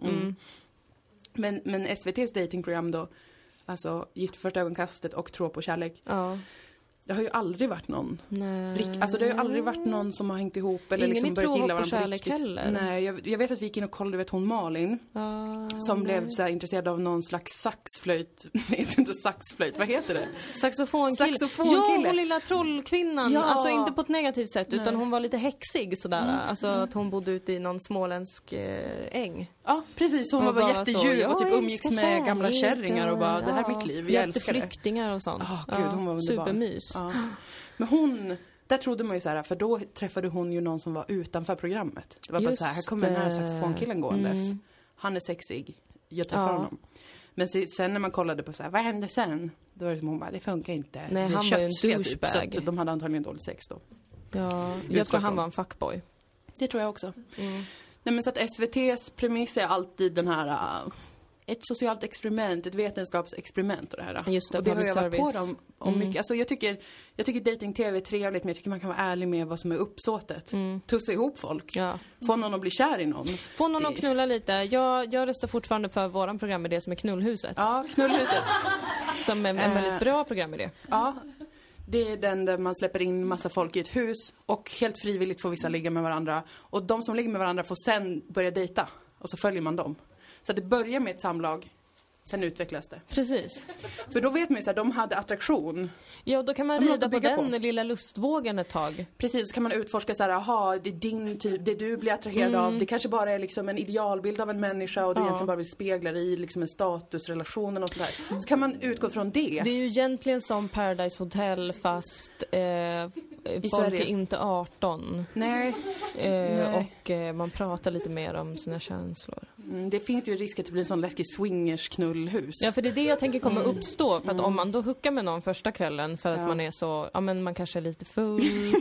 Men SVT:s datingprogram då, alltså Gift första ögonkastet och Tro på kärlek. Ja. Det har ju aldrig varit någon. Alltså det har ju aldrig varit någon som har hängt ihop eller liksom börjat gilla varandra på riktigt. Heller. Nej, jag vet att vi gick in och kollade, vet hon Malin som blev så här intresserad av någon slags saxflöjt. Nej, inte saxflöjt, vad heter det? Saxofonkille. Ja, hon lilla trollkvinnan. Ja. Alltså inte på ett negativt sätt, utan hon var lite häxig sådär. Alltså att hon bodde ute i någon småländsk äng. Ja, precis. Hon var jättedjuv och typ umgicks med gamla kärringar och bara, det här är mitt liv, jag älskar det. Flyktingar och sånt. Gud, hon var underbar. Supermys. Ja. Men hon, där trodde man ju så här, för då träffade hon ju någon som var utanför programmet. Det var bara så här kommer den här saxofonkillen gåendes. Han är sexig, jag träffar honom. Men sen när man kollade på så här, vad hände sen? Då var det som hon bara, det funkar inte. Nej, han var ju en douchebag. Så att de hade antagligen dåligt sex då. Ja, jag tror han var en fuckboy. Det tror jag också. Nej, men så att SVT:s premiss är alltid den här ett socialt experiment, ett vetenskapsexperiment och det här. Just det, och det har jag varit på dem om mycket. Alltså jag tycker dating-tv är trevligt, men jag tycker man kan vara ärlig med vad som är uppsåtet. Tussa ihop folk. Ja. Få någon att bli kär i någon. Få någon att knulla lite. Jag röstar fortfarande för våran programidé som är Knullhuset. Ja, Knullhuset. Som är en väldigt bra programidé. Ja. Det är den där man släpper in massa folk i ett hus och helt frivilligt får vissa ligga med varandra. Och de som ligger med varandra får sen börja dejta. Och så följer man dem. Så att det börjar med ett samlag, sen utvecklas det. Precis. För då vet man ju så här, de hade attraktion. Ja, då kan man rida på den lilla lustvågen ett tag. Precis, så kan man utforska så här, aha, det är din typ, det du blir attraherad av. Det kanske bara är liksom en idealbild av en människa och du egentligen bara vill spegla det i liksom en statusrelation och sådär. Så kan man utgå från det. Det är ju egentligen som Paradise Hotel, fast folk Sverige är inte 18. Nej. Och man pratar lite mer om sina känslor. Det finns ju risk att det blir en sån läskig swingers-knullhus. Ja, för det är det jag tänker kommer uppstå. För att om man då hookar med någon första kvällen för att man är så, ja men man kanske är lite full.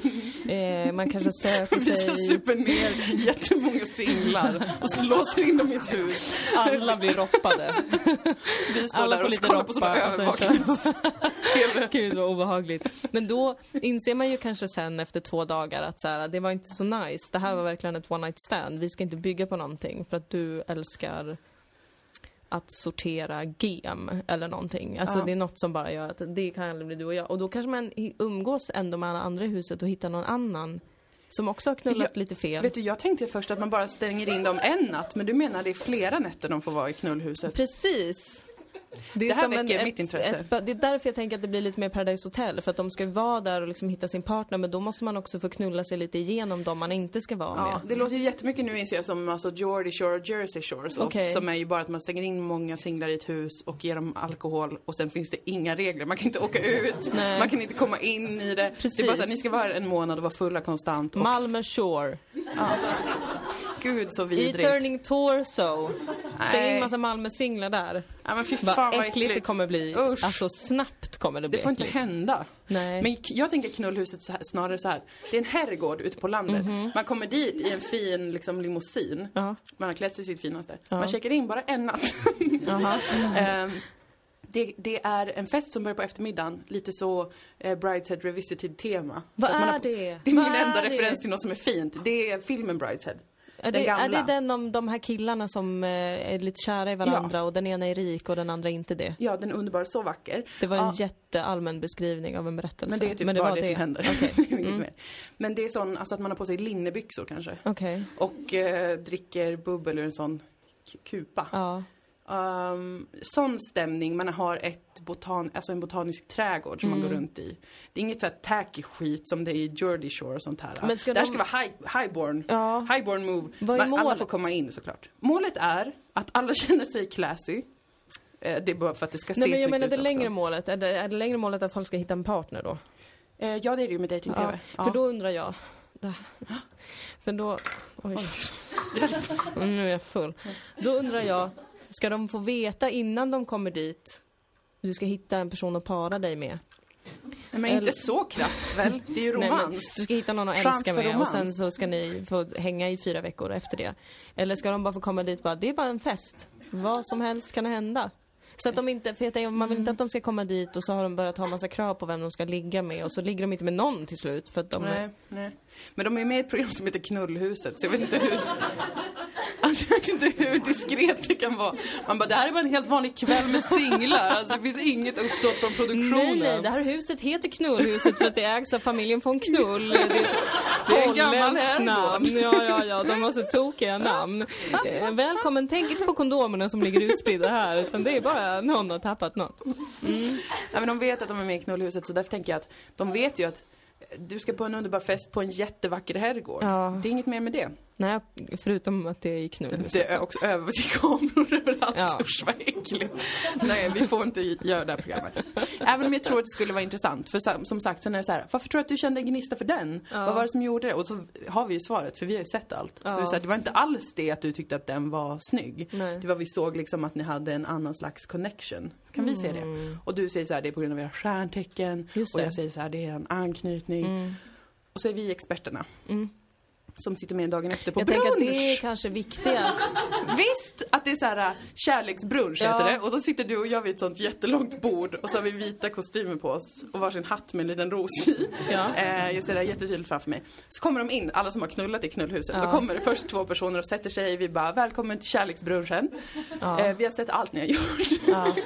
Man kanske söker sig. Det så super ner jättemånga singlar och så låser in dem i ett hus. Alla blir roppade. Vi står alla där och kollar på sådana övervaknings. Gud vad obehagligt. Men då inser man ju kanske sen efter 2 dagar att så här, det var inte så nice. Det här var verkligen ett one night stand. Vi ska inte bygga på någonting för att du älskar att sortera gem eller någonting. Alltså det är något som bara gör att det kan aldrig bli du och jag. Och då kanske man umgås ändå med alla andra i huset och hittar någon annan som också har knullat lite fel. Vet du, jag tänkte först att man bara stänger in dem en natt. Men du menar det är flera nätter de får vara i knullhuset? Precis. Det här väcker mitt intresse. Det är därför jag tänker att det blir lite mer Paradise Hotel. För att de ska vara där och liksom hitta sin partner. Men då måste man också få knulla sig lite igenom dem man inte ska vara med. Det låter ju jättemycket nu inser jag som alltså Geordie Shore och Jersey Shore. Okay. Som är ju bara att man stänger in många singlar i ett hus och ger dem alkohol. Och sen finns det inga regler. Man kan inte åka ut. Nej. Man kan inte komma in i det. Precis. Det är bara så att ni ska vara en månad och vara fulla konstant. Malmö Shore. Ja. Gud så vidrigt. E-turning torso. Stäng in massa Malmö-singlar där. Ja, men fy fan vad äckligt det kommer bli. Usch. Alltså snabbt kommer det bli. Det får äckligt. Inte hända. Nej. Men jag tänker knullhuset snarare så här. Det är en herrgård ute på landet. Man kommer dit i en fin liksom, limousin. Man har klätt sig sitt finaste. Man checkar in bara en natt. Det är en fest som börjar på eftermiddagen. Lite så Brideshead Revisited-tema. Vad så är det? Det är min enda referens till något som är fint. Det är filmen Brideshead. Är det den om de här killarna som är lite kära i varandra och den ena är rik och den andra inte det? Ja, den är underbar, så vacker. Det var en jätteallmän beskrivning av en berättelse. Men det är typ bara det som händer. Okay. Men det är sån, alltså att man har på sig linnebyxor kanske. Okay. Och dricker bubbel ur en sån kupa. Ja. sån stämning. Man har en botanisk trädgård som man går runt i. Det är inget så här tacky skit som det är i Jersey Shore och sånt här. Men där ska vara highborn move. Alla får komma in såklart. Målet är att alla känner sig classy. Det är bara för att det ska se snyggt ut. Men jag menar det också. längre målet. Är det längre målet att folk ska hitta en partner då? Ja, det är det ju med dating-tv. För då undrar jag. För då... Oj. Nu är jag full. Då undrar jag, ska de få veta innan de kommer dit du ska hitta en person att para dig med? Nej, men inte så krasst väl? Det är ju romans. Nej, du ska hitta någon att älska med och sen så ska ni få hänga i 4 veckor efter det. Eller ska de bara få komma dit bara, det är bara en fest. Vad som helst kan hända. Så att de inte, för jag tänker, man vill inte att de ska komma dit och så har de börjat ha massa krav på vem de ska ligga med och så ligger de inte med någon till slut för att de... Nej. Men de är med i ett program som heter Knullhuset, så jag vet inte hur... Alltså jag vet inte hur diskret det kan vara. Man bara, det här är bara en helt vanlig kväll med singlar. Alltså det finns inget uppsåt från produktionen. Nej, det här huset heter Knullhuset för att det ägs av familjen von Knull. Det är en gammal namn. Ja, de har så tokiga namn. Välkommen, tänk inte på kondomerna som ligger utspridda här, utan det är bara någon har tappat något. Ja, men de vet att de är med i Knullhuset, så därför tänker jag att de vet ju att du ska på en underbar fest på en jättevacker herrgård. Ja. Det är inget mer med det. Nej, förutom att det är i Knullhuset. Det är också över till kameror överallt. Ja. Usch, vad äckligt. Nej, vi får inte göra det här programmet. Även om jag tror att det skulle vara intressant. För som sagt, så när det är så här, varför tror du att du kände en gnista för den? Ja. Vad var det som gjorde det? Och så har vi ju svaret, för vi har ju sett allt. Ja. Så det är så här, det var inte alls det att du tyckte att den var snygg. Nej. Det var vi såg liksom att ni hade en annan slags connection. Kan vi se det? Och du säger så här, det är på grund av era stjärntecken. Och jag säger så här, det är en anknytning. Och så är vi experterna. Som sitter med dagen efter på brunch. Jag tänker att det är kanske viktigast. Visst, att det är så här kärleksbrunch heter det. Och så sitter du och jag vid ett sånt jättelångt bord. Och så har vi vita kostymer på oss. Och varsin hatt med en liten ros i. Ja. Jag ser det jättetydligt framför mig. Så kommer de in, alla som har knullat i Knullhuset. Så kommer det först 2 personer och sätter sig. Vi bara, välkommen till kärleksbrunchen. Vi har sett allt ni har gjort.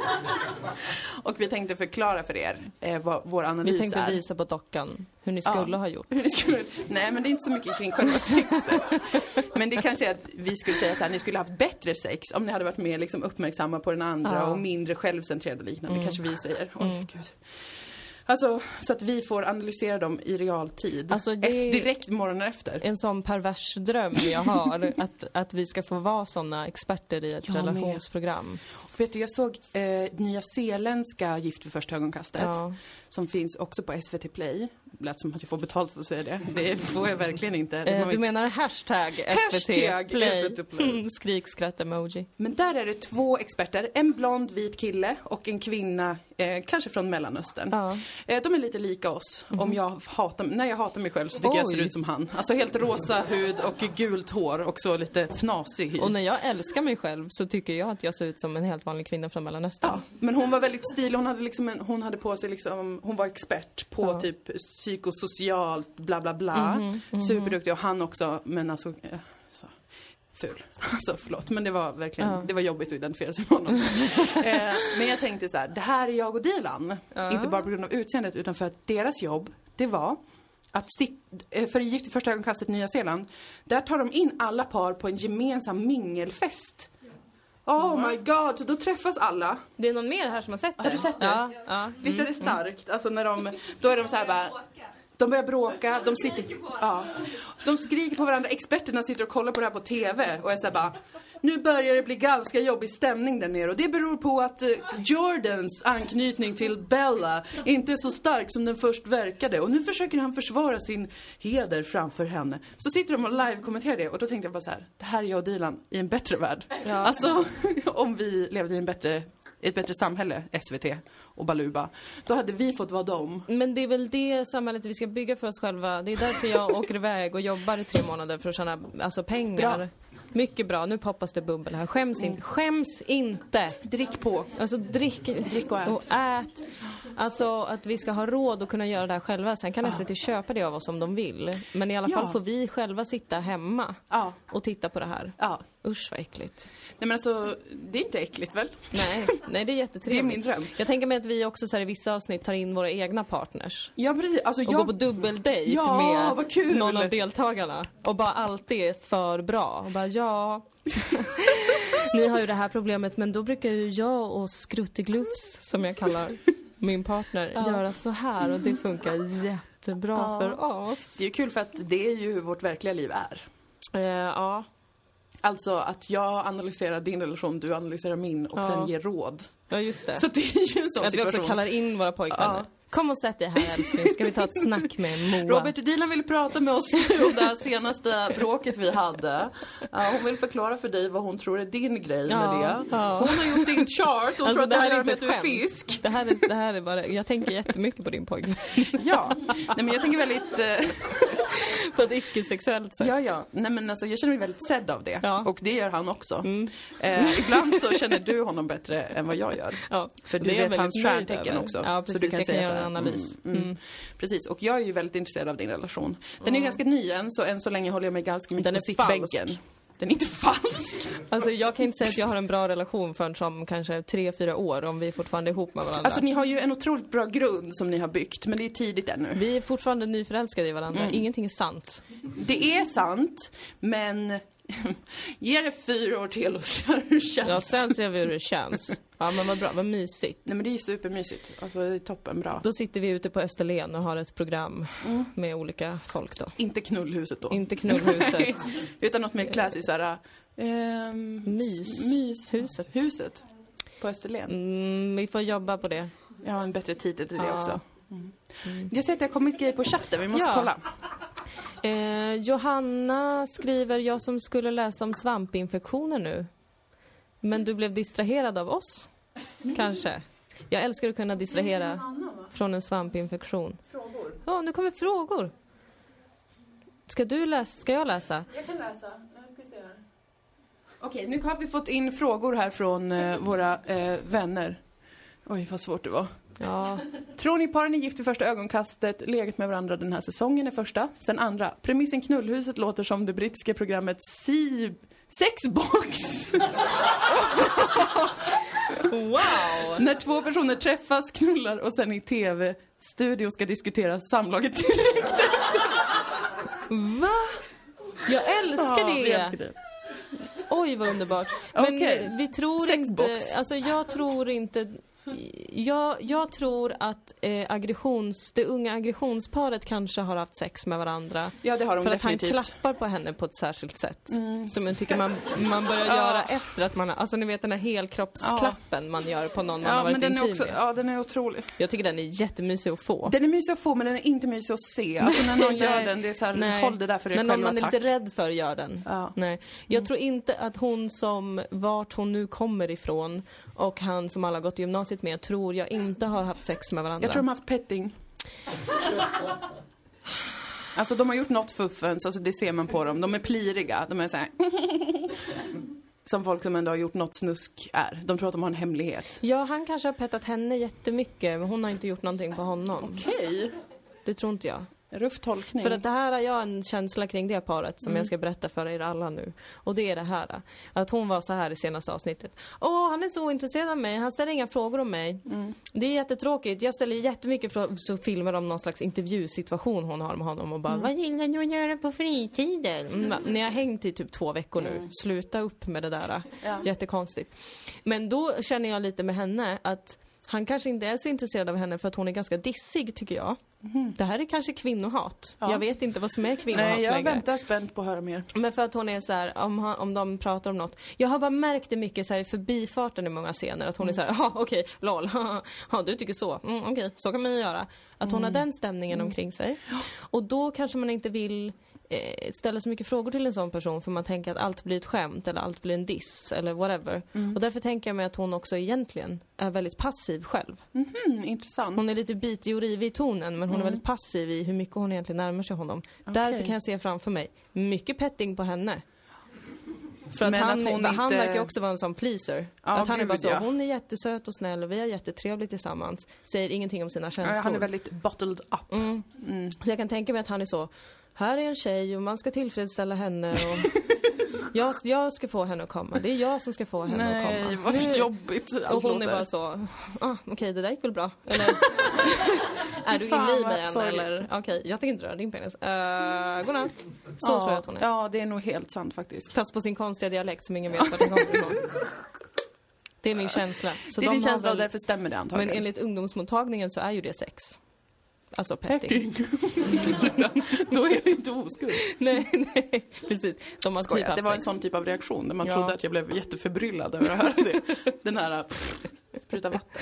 Och vi tänkte förklara för er vad vår analys är. Vi tänkte visa på dockan hur ni skulle ha gjort. Nej, men det är inte så mycket kring själva sexet. Men det kanske är att vi skulle säga så här, ni skulle haft bättre sex om ni hade varit mer liksom uppmärksamma på den andra och mindre självcentrerade och liknande. Kanske vi säger. Gud. Alltså, så att vi får analysera dem i realtid. Alltså, direkt morgonen efter. En sån pervers dröm jag har. att vi ska få vara såna experter i ett relationsprogram. Vet du, jag såg nya zeeländska Gift vid första ögonkastet. Ja. Som finns också på SVT Play. Lät som att jag får betalt för att säga det. Det får jag verkligen inte. Du menar hashtag SVT Play. Skrik, skratt, emoji. Men där är det 2 experter. En blond, vit kille och en kvinna, kanske från Mellanöstern. Ja. De är lite lika oss. När jag hatar mig själv så tycker jag ser ut som han. Alltså helt rosa hud och gult hår och så lite fnasig. Och när jag älskar mig själv så tycker jag att jag ser ut som en helt vanlig kvinna från Mellanöstern. Ja, men hon var väldigt stilig. Hon hade på sig liksom, hon var expert på typ psykosocialt bla bla bla. Superduktig, och han också, men alltså så ful. Alltså förlåt, men det var verkligen det var jobbigt att identifiera sig med honom. Men jag tänkte så här, det här är jag och Dilan. Inte bara på grund av utseendet utan för att deras jobb, det var att för Gift i första ögonkastet Nya Zeeland, där tar de in alla par på en gemensam mingelfest. Oh my god, då träffas alla. Det är någon mer här som har sett det. Har du sett det? Ja. Visst är det starkt? Alltså när då är de så här bara, de börjar bråka, de skriker på varandra, experterna sitter och kollar på det här på TV och är så här bara, nu börjar det bli ganska jobbig stämning där nere och det beror på att Jordans anknytning till Bella inte är så stark som den först verkade och nu försöker han försvara sin heder framför henne. Så sitter de och live-kommenterar det och då tänkte jag bara så här, det här är jag och Dilan i en bättre värld. Ja. Alltså om vi levde i ett bättre samhälle, SVT och Baluba, då hade vi fått vara dem. Men det är väl det samhället vi ska bygga för oss själva. Det är därför jag åker iväg och jobbar i 3 månader för att tjäna pengar. Bra. Mycket bra, nu poppas det bubbel här. Skäms inte. Drick på. Alltså drick och ät. Alltså att vi ska ha råd att kunna göra det här själva. Sen kan SVT köpa det av oss om de vill. Men i alla fall får vi själva sitta hemma och titta på det här. Ja. Usch vad äckligt. Nej men alltså, det är inte äckligt väl? Nej, det är jättetrevligt. Det är min dröm. Jag tänker mig att vi också så här, i vissa avsnitt tar in våra egna partners. Ja precis. Alltså, Och går på dubbeldejt med vad kul. någon av deltagarna. Och bara alltid är för bra. Och bara ni har ju det här problemet, men då brukar ju jag och Skrutteglufs, som jag kallar min partner, göra så här. Och det funkar jättebra för oss. Det är ju kul för att det är ju hur vårt verkliga liv är. Ja. Alltså att jag analyserar din relation, du analyserar min och sen ger råd. Ja, just det. Så det är ju en sån att situation. vi också kallar in våra pojkvänner. Kom och sätt dig här älskling, ska vi ta ett snack med Moa. Robert Dilan vill prata med oss nu om det här senaste bråket vi hade. Hon vill förklara för dig vad hon tror är din grej med det. Ja. Hon har gjort din chart och tror att det här gör med att du är fisk. Det här är bara, jag tänker jättemycket på din pojke. Ja, nej men jag tänker väldigt... på ett icke-sexuellt sätt. Ja. Nej men alltså jag känner mig väldigt sedd av det. Ja. Och det gör han också. Ibland så känner du honom bättre än vad jag gör. Ja. För du vet hans stjärntecken också. Ja, precis. Så du kan säga göra en analys. Precis, och jag är ju väldigt intresserad av din relation. Den är ju ganska ny än så länge håller jag mig ganska mycket på sittbänken. Den är inte falsk. Alltså jag kan inte säga att jag har en bra relation förrän som kanske 3-4 år om vi är fortfarande ihop med varandra. Alltså ni har ju en otroligt bra grund som ni har byggt, men det är tidigt ännu. Vi är fortfarande nyförälskade i varandra. Ingenting är sant. Det är sant, men ge det 4 år till och se hur det känns. Ja, sen ser vi hur det känns. Ja, men vad bra, vad mysigt. Nej men det är ju supermysigt. Alltså det är toppen bra. Då sitter vi ute på Österlen och har ett program med olika folk då. Inte knullhuset då. Inte knullhuset. Utan något mer klassiskt såhär... Huset på Österlen. Vi får jobba på det. Jag har en bättre titel till det också. Jag ser att det har kommit grejer på chatten, vi måste kolla. Johanna skriver, jag som skulle läsa om svampinfektioner nu. Men du blev distraherad av oss? Kanske. Jag älskar att kunna distrahera från en svampinfektion. Frågor? Ja, nu kommer frågor. Ska du läsa? Ska jag läsa? Jag kan läsa. Jag ska se här. Okej, nu har vi fått in frågor här från våra vänner. Oj, vad svårt det var. Ja. Tror ni paren är gift vid första ögonkastet, legat med varandra den här säsongen är första? Sen andra, premissen knullhuset låter som det brittiska programmet Sexbox. Wow! När 2 personer träffas, knullar och sen i tv-studio ska diskutera samlaget direkt. Va? Jag älskar det! Vi älskar det. Oj, vad underbart. Men Okej. vi tror Sexbox. inte... Alltså jag tror inte... Jag tror att det unga aggressionsparet kanske har haft sex med varandra. Ja, det har de för definitivt. Att han klappar på henne på ett särskilt sätt. Som jag tycker man börjar göra efter att man har... Alltså ni vet den här helkroppsklappen man gör på någon man har varit men den intim är också, med. ja, den är otrolig. Jag tycker den är jättemysig att få. Den är mysig att få, men den är inte mysig att se. Alltså när någon gör den, det är så här, håll det där för dig själv. När någon man är tack. lite rädd för gör den. Ja. Nej. Jag tror inte att hon som, vart hon nu kommer ifrån och han som alla gått i gymnasiet med, tror jag inte har haft sex med varandra. Jag tror de har haft petting. Alltså de har gjort något fuffens, alltså det ser man på dem. De är pliriga, de är så här. Som folk som ändå har gjort något snusk är. De tror att de har en hemlighet. Ja, han kanske har pettat henne jättemycket, men hon har inte gjort någonting på honom. Okej. Det tror inte jag. Ruff tolkning. För att det här har jag en känsla kring det paret som jag ska berätta för er alla nu. Och det är det här. Att hon var så här i senaste avsnittet. Han är så ointresserad av mig. Han ställer inga frågor om mig. Det är jättetråkigt. Jag ställer jättemycket frågor. Så filmar de någon slags intervjusituation hon har med honom. Och bara, vad gillar du att göra på fritiden? Ni har hängt i typ 2 veckor nu. Sluta upp med det där. Ja. Jättekonstigt. Men då känner jag lite med henne att han kanske inte är så intresserad av henne för att hon är ganska dissig, tycker jag. Det här är kanske kvinnohat. Ja. Jag vet inte vad som är kvinnohat Nej, jag längre. väntar spänt på att höra mer. Men för att hon är så här, om de pratar om något. Jag har bara märkt det mycket så här i förbifarten i många scener. Att hon är så här, okej, lol. Ja, du tycker så. Okej, så kan man ju göra. Att hon har den stämningen omkring sig. Och då kanske man inte vill ställa så mycket frågor till en sån person, för man tänker att allt blir ett skämt eller allt blir en diss eller whatever. Och därför tänker jag mig att hon också egentligen är väldigt passiv själv. Intressant. Hon är lite bitig och rivig i tonen, men hon är väldigt passiv i hur mycket hon egentligen närmar sig honom. Därför kan jag se framför mig mycket petting på henne. För att han verkar också vara en sån pleaser. Att han är bara så, hon är jättesöt och snäll och vi har jättetrevligt tillsammans. Säger ingenting om sina känslor. Han är väldigt bottled up. Så jag kan tänka mig att han är så, här är en tjej och man ska tillfredsställa henne och Jag ska få henne att komma. Det är jag som ska få henne att komma. Nej, vad jobbigt. Och hon är bara så, okej, det där gick väl bra. Eller, är du inne i mig än? Eller, okej, jag tänker inte röra din penis. Godnatt. Så tror jag att hon är. Ja, det är nog helt sant faktiskt. Fast på sin konstiga dialekt som ingen vet var den kommer ifrån. Det är min känsla. Så det är din känsla och därför stämmer det antagligen. Men enligt ungdomsmottagningen så är ju det sex. Alltså petting. Då är jag ju inte oskuld. nej, precis. De har typ det var en sån typ av reaktion där man trodde att jag blev jätteförbryllad över att höra det. Den här spruta vatten.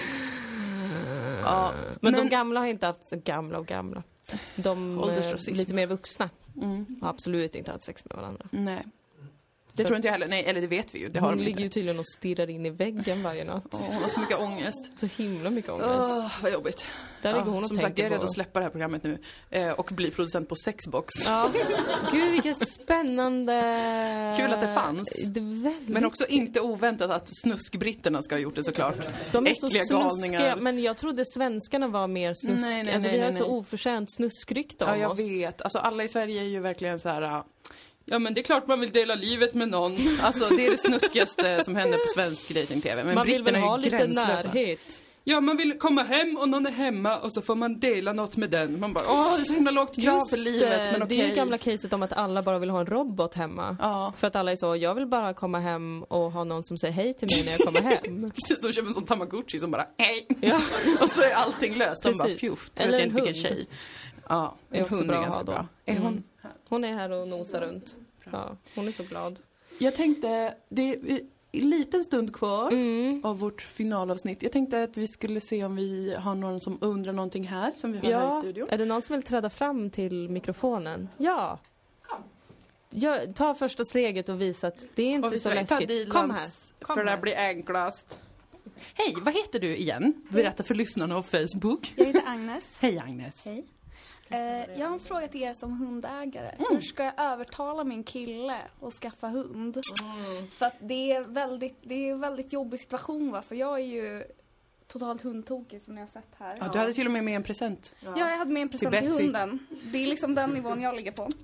Ja, men de gamla har inte haft gamla. De lite mer vuxna har absolut inte haft sex med varandra. Nej. Det tror inte jag heller. Nej, eller det vet vi ju. Det har hon de ligger inte. ju tydligen och stirrar in i väggen varje natt. Hon har så mycket ångest. Så himla mycket ångest. Vad jobbigt. Där ligger hon och som sagt, jag är redo att släppa det här programmet nu. Och bli producent på Sexbox. Ja. Gud, vilket spännande. Kul att det fanns. Det är väldigt... Men också inte oväntat att snuskbritterna ska ha gjort det såklart. De är äckliga så galningar. snuskiga, men jag trodde svenskarna var mer snusk. Nej, alltså vi har ett så oförtjänt snuskrykte om oss. Ja, jag vet. Alltså alla i Sverige är ju verkligen så här. Ja, men det är klart man vill dela livet med någon. Alltså det är det snuskigaste som händer på svensk dating-tv. Men man vill väl ha lite gränslösa. närhet. Ja, man vill komma hem och någon är hemma och så får man dela något med den. Man bara, det är så himla lågt krav för livet, men okej. Det är ju gamla caset om att alla bara vill ha en robot hemma. Ja. För att alla är så, jag vill bara komma hem och ha någon som säger hej till mig när jag kommer hem. Precis, de köper en sån Tamagotchi som bara, hej. Ja. Och så är allting löst. De bara, fjuff, tror att jag inte fick en tjej. Ja, en hund är ganska bra. Är hon? Hon är här och nosar runt. Ja, hon är så glad. Jag tänkte, det är en liten stund kvar av vårt finalavsnitt. Jag tänkte att vi skulle se om vi har någon som undrar någonting här som vi har här i studion. Är det någon som vill träda fram till mikrofonen? Ja. Kom. Ta första steget och visa att det är inte så läskigt. Kom här. För det blir enklast. Hej, vad heter du igen? Berätta för lyssnarna på Facebook. Jag heter Agnes. Hej Agnes. Hej. Jag har en fråga till er som hundägare. Hur ska jag övertala min kille att skaffa hund? För att det är en väldigt jobbig situation, va? För jag är ju totalt hundtokig som ni har sett här. Ja, du hade till och med en present. Ja, jag hade med en present till hunden. Det är liksom den nivån jag ligger på.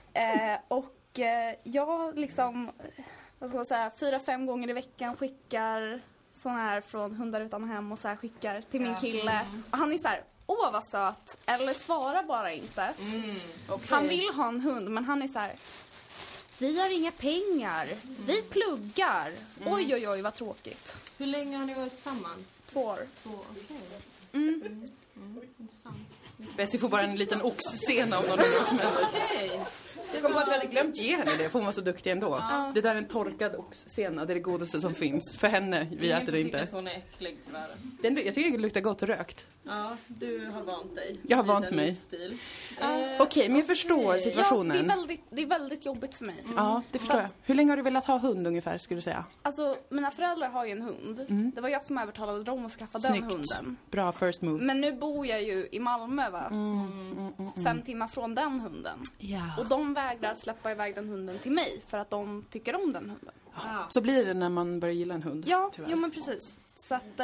Jag liksom, vad ska man säga, 4-5 gånger i veckan skickar såna här från Hundar utan hem och så här skickar till min kille. Och han är så här, vad söt. Eller svara bara inte. Okay. Han vill ha en hund, men han är så här, vi har inga pengar. Vi pluggar. Oj, vad tråkigt. Hur länge har ni varit tillsammans? 2 år. 2 år, okej. Bessie får bara en liten oxscena om någon undrar som händer. Jag kom på att vi hade glömt ge henne det, för hon var så duktig ändå. Ja. Det där är en torkad oxsena, det är det godaste som finns. För henne, vi äter det inte. Jag tycker att hon är äcklig tyvärr. Jag tycker det luktar gott och rökt. Ja, du har vant dig. Jag har vant mig. Okej, men jag förstår situationen. Ja, det är väldigt jobbigt för mig. Ja, det förstår jag. Hur länge har du velat ha hund ungefär, skulle du säga? Alltså, mina föräldrar har ju en hund. Det var jag som övertalade dem att skaffa den hunden. Bra first move. Men nu bor jag ju i Malmö, va? 5 timmar från den hunden. Ja. Och de vägrar släppa iväg den hunden till mig för att de tycker om den hunden. Ja. Så blir det när man börjar gilla en hund. Ja, jo men precis. Så att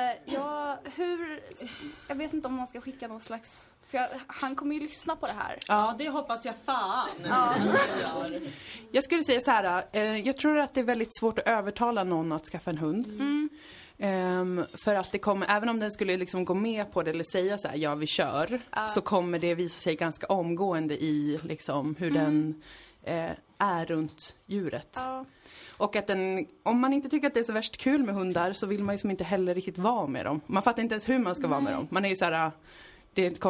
jag vet inte om man ska skicka någon slags, för han kommer ju lyssna på det här. Ja, det hoppas jag fan. Ja. Jag skulle säga så här, jag tror att det är väldigt svårt att övertala någon att skaffa en hund. För att det kommer, även om den skulle liksom gå med på det eller säga så här, ja vi kör, så kommer det visa sig ganska omgående i liksom hur den är runt djuret. Och att om man inte tycker att det är så värst kul med hundar, så vill man ju som inte heller riktigt vara med dem. Man fattar inte ens hur man ska vara med dem. Man är ju så här, det är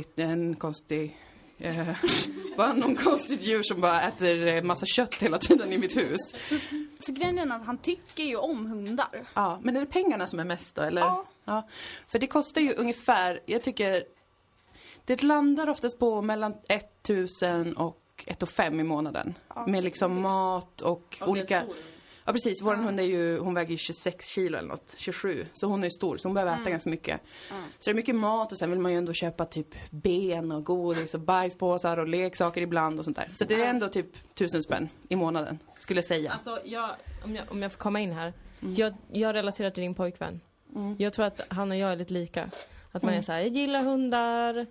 någon konstigt djur som bara äter massa kött hela tiden i mitt hus. För grejen är att han tycker ju om hundar. Ja, men är det pengarna som är mest då, eller? Ja. För det kostar ju ungefär, jag tycker, det landar oftast på mellan 1000 och 1,5 i månaden. Med liksom mat och olika... Ja, precis. Vår hund hon väger ju 26 kilo eller något. 27. Så hon är stor. Så hon behöver äta ganska mycket. Så det är mycket mat. Och sen vill man ju ändå köpa typ ben och godis och bajspåsar och leksaker ibland och sånt där. Så det är ändå typ 1000 spänn i månaden, skulle jag säga. Alltså, om jag får komma in här. Jag relaterar till din pojkvän. Jag tror att han och jag är lite lika. Att man är så här, jag gillar hundar,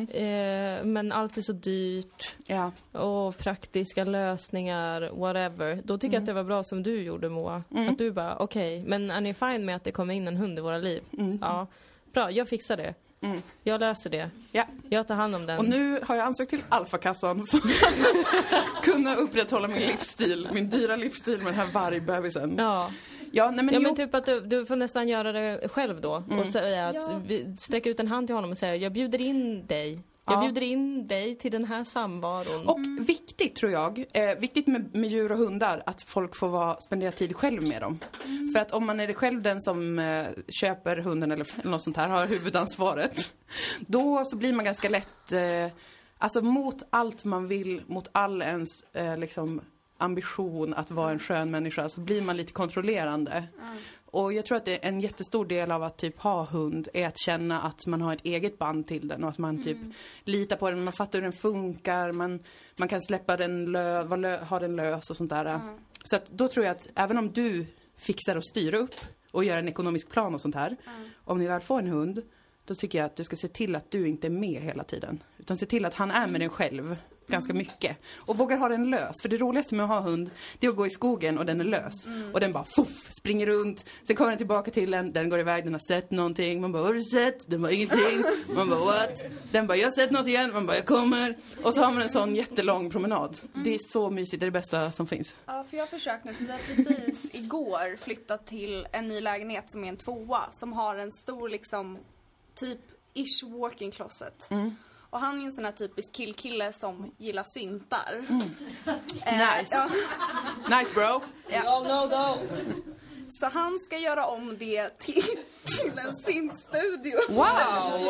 men allt är så dyrt. Ja. Och praktiska lösningar, whatever. Då tycker jag att det var bra som du gjorde, Moa. Att du bara, okej, men är ni fine med att det kommer in en hund i våra liv? Ja, bra, jag fixar det. Jag löser det. Ja. Jag tar hand om den. Och nu har jag ansökt till Alfakassan för att kunna upprätthålla min livsstil. Min dyra livsstil med den här vargbebisen. Ja. Ja, nej, men, men typ att du får nästan göra det själv då. Och säga att sträcka ut en hand till honom och säga, jag bjuder in dig. Jag bjuder in dig till den här samvaron. Och viktigt tror jag, viktigt med djur och hundar, att folk får spendera tid själv med dem. För att om man är det själv den som köper hunden eller något sånt här, har huvudansvaret, då så blir man ganska lätt, alltså mot allt man vill, mot all ens liksom ambition att vara en skön människa, så blir man lite kontrollerande. Och jag tror att det är en jättestor del av att typ ha hund är att känna att man har ett eget band till den och att man typ litar på den, man fattar hur den funkar, man kan släppa den, ha den lös och sånt där. Så att då tror jag att även om du fixar och styr upp och gör en ekonomisk plan och sånt här, om ni väl får en hund, då tycker jag att du ska se till att du inte är med hela tiden, utan se till att han är med den själv ganska mycket. Och vågar ha den lös. För det roligaste med att ha hund, det är att gå i skogen och den är lös. Och den bara springer runt. Sen kommer den tillbaka till den går iväg, den har sett någonting. Man bara, vad har du sett? Den bara, ingenting. Man bara, what? Den bara, jag har sett något igen. Man bara, jag kommer. Och så har man en sån jättelång promenad. Det är så mysigt, det är det bästa som finns. Ja, för jag har försökt nu, för vi har precis igår flyttat till en ny lägenhet som är en 2, som har en stor liksom, typ ish walk-in closet. Och han är en sån här typisk kille som gillar syntar. Nice. Ja. Nice bro. Ja. Så han ska göra om det till en syntstudio. Wow!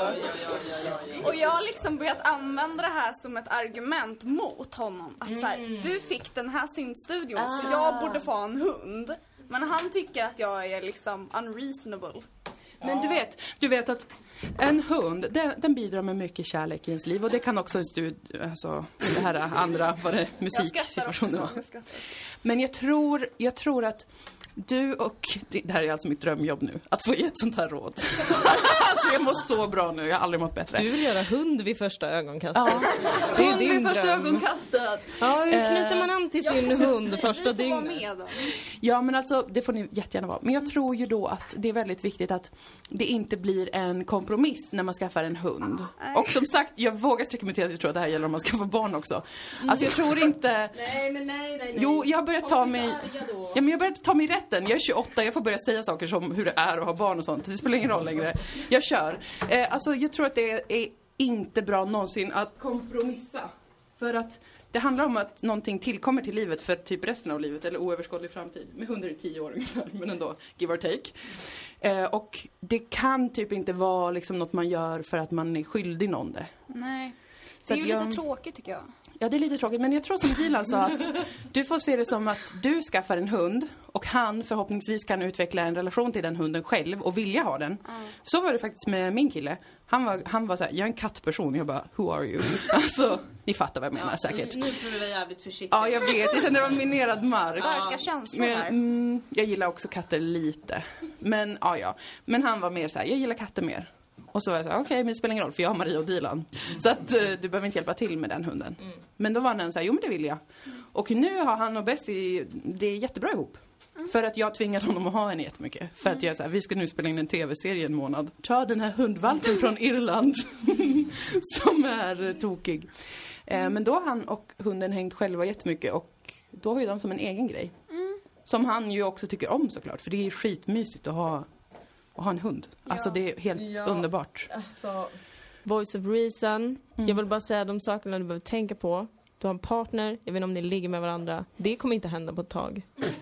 Och jag har liksom börjat använda det här som ett argument mot honom. Att så här, du fick den här syntstudion så jag borde få en hund. Men han tycker att jag är liksom unreasonable. Men du vet att en hund, den bidrar med mycket kärlek i ens liv. Och det kan också alltså det här andra, vad det musiksituationen var. Men jag tror att du och, det här är alltså mitt drömjobb nu, att få ge ett sånt här råd. Alltså jag mår så bra nu, jag har aldrig mått bättre. Du vill göra hund vid första ögonkastet. Ja. Hund vid första ögonkastet. Ja, hur knyter man an till sin hund första dygnet? Ja, men alltså det får ni jättegärna vara. Men jag tror ju då att det är väldigt viktigt att det inte blir en kompromiss när man skaffar en hund. Och som sagt, jag vågar sträcka mig till att jag tror att det här gäller om man skaffar barn också. Alltså jag tror inte... Nej. Jo, jag har börjat ta mig... Ja, men jag börjar ta mig rätten. Jag är 28, jag får börja säga saker som hur det är att ha barn och sånt. Det spelar ingen roll längre. Jag kör. Alltså jag tror att det är inte bra någonsin att kompromissa. För att det handlar om att någonting tillkommer till livet för typ resten av livet eller oöverskådlig framtid. Med 110 år ungefär, men ändå give or take. Och det kan typ inte vara liksom något man gör för att man är skyldig någon det. Nej. Det är ju lite tråkigt tycker jag. Ja, det är lite tråkigt, men jag tror som Dilan sa att du får se det som att du skaffar en hund och han förhoppningsvis kan utveckla en relation till den hunden själv och vilja ha den. Så var det faktiskt med min kille. Han var så här, jag är en kattperson. Jag bara, who are you? Alltså, ni fattar vad jag menar säkert. Nu får du vara jävligt försiktig. Ja, jag vet. Jag känner det var minerad mark. Starka känslor här. Jag gillar också katter lite. Men, ja. Men han var mer så här, jag gillar katter mer. Och så var jag så här, okej, men det spelar ingen roll för jag har Maria och Dilan. Så att du behöver inte hjälpa till med den hunden. Men då var han så här, jo men det vill jag. Och nu har han och Bessie, det är jättebra ihop. För att jag tvingade honom att ha henne jättemycket. För att jag så här, vi ska nu spela in en tv-serie en månad. Ta den här hundvalpen från Irland. Som är tokig. Men då har han och hunden hängt själva jättemycket. Och då har ju de som en egen grej. Som han ju också tycker om såklart. För det är ju skitmysigt att ha en hund. Alltså det är helt underbart. Alltså, voice of reason. Jag vill bara säga de sakerna du behöver tänka på. Du har en partner, jag vet inte om ni ligger med varandra. Det kommer inte hända på ett tag.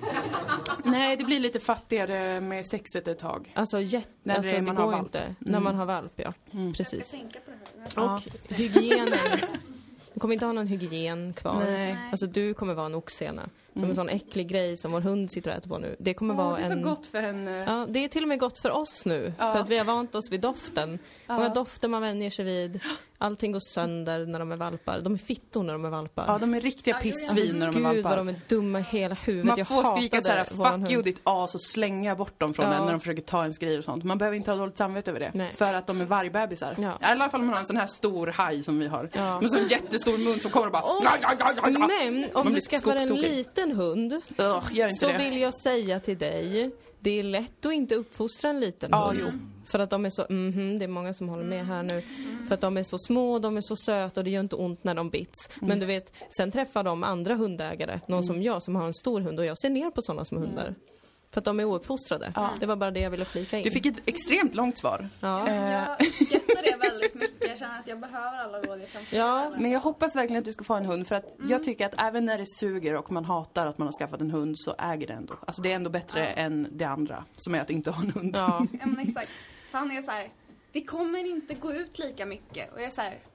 Nej, det blir lite fattigare med sexet ett tag. Alltså, det går inte. När man har valp, ja. Precis. Jag ska tänka på det här. Och hygienen. Du kommer inte ha någon hygien kvar. Nej. Alltså du kommer vara en oxena. Som en sån äcklig grej som vår hund sitter och äter på nu. Det kommer vara det är så gott för henne. Ja, det är till och med gott för oss nu. För att vi har vant oss vid doften. Många dofter man vänjer sig vid. Allting går sönder när de är valpar. De är fittor när de är valpar. Ja, de är riktiga pissvin när de är valpar. Gud vad de är dumma i hela huvudet. Man får skrika så här, fuck you ditt as, och slänga bort dem från en när de försöker ta ens grejer och sånt. Man behöver inte ha dåligt samvete över det. Nej. För att de är vargbebisar. Ja. I alla fall om man har en sån här stor haj som vi har. Ja. Med sån jättestor mun som kommer och bara... Men om du skaffar en liten hund så det. Vill jag säga till dig, det är lätt att inte uppfostra en liten hund. Jo. För att de är så, det är många som håller med här nu. För att de är så små, de är så söta och det gör inte ont när de bits. Men du vet, sen träffar de andra hundägare. Någon som jag som har en stor hund, och jag ser ner på sådana som hundar. För att de är ouppfostrade. Ja. Det var bara det jag ville flika in. Du fick ett extremt långt svar. Ja. Jag uppskattar det väldigt mycket. Jag känner att jag behöver alla råd jag kan få. Ja, men jag hoppas verkligen att du ska få en hund. För att jag tycker att även när det suger och man hatar att man har skaffat en hund, så äger det ändå. Alltså det är ändå bättre än det andra, som är att inte ha en hund. Ja, men exakt. För han är så här, vi kommer inte gå ut lika mycket. Och jag är så här,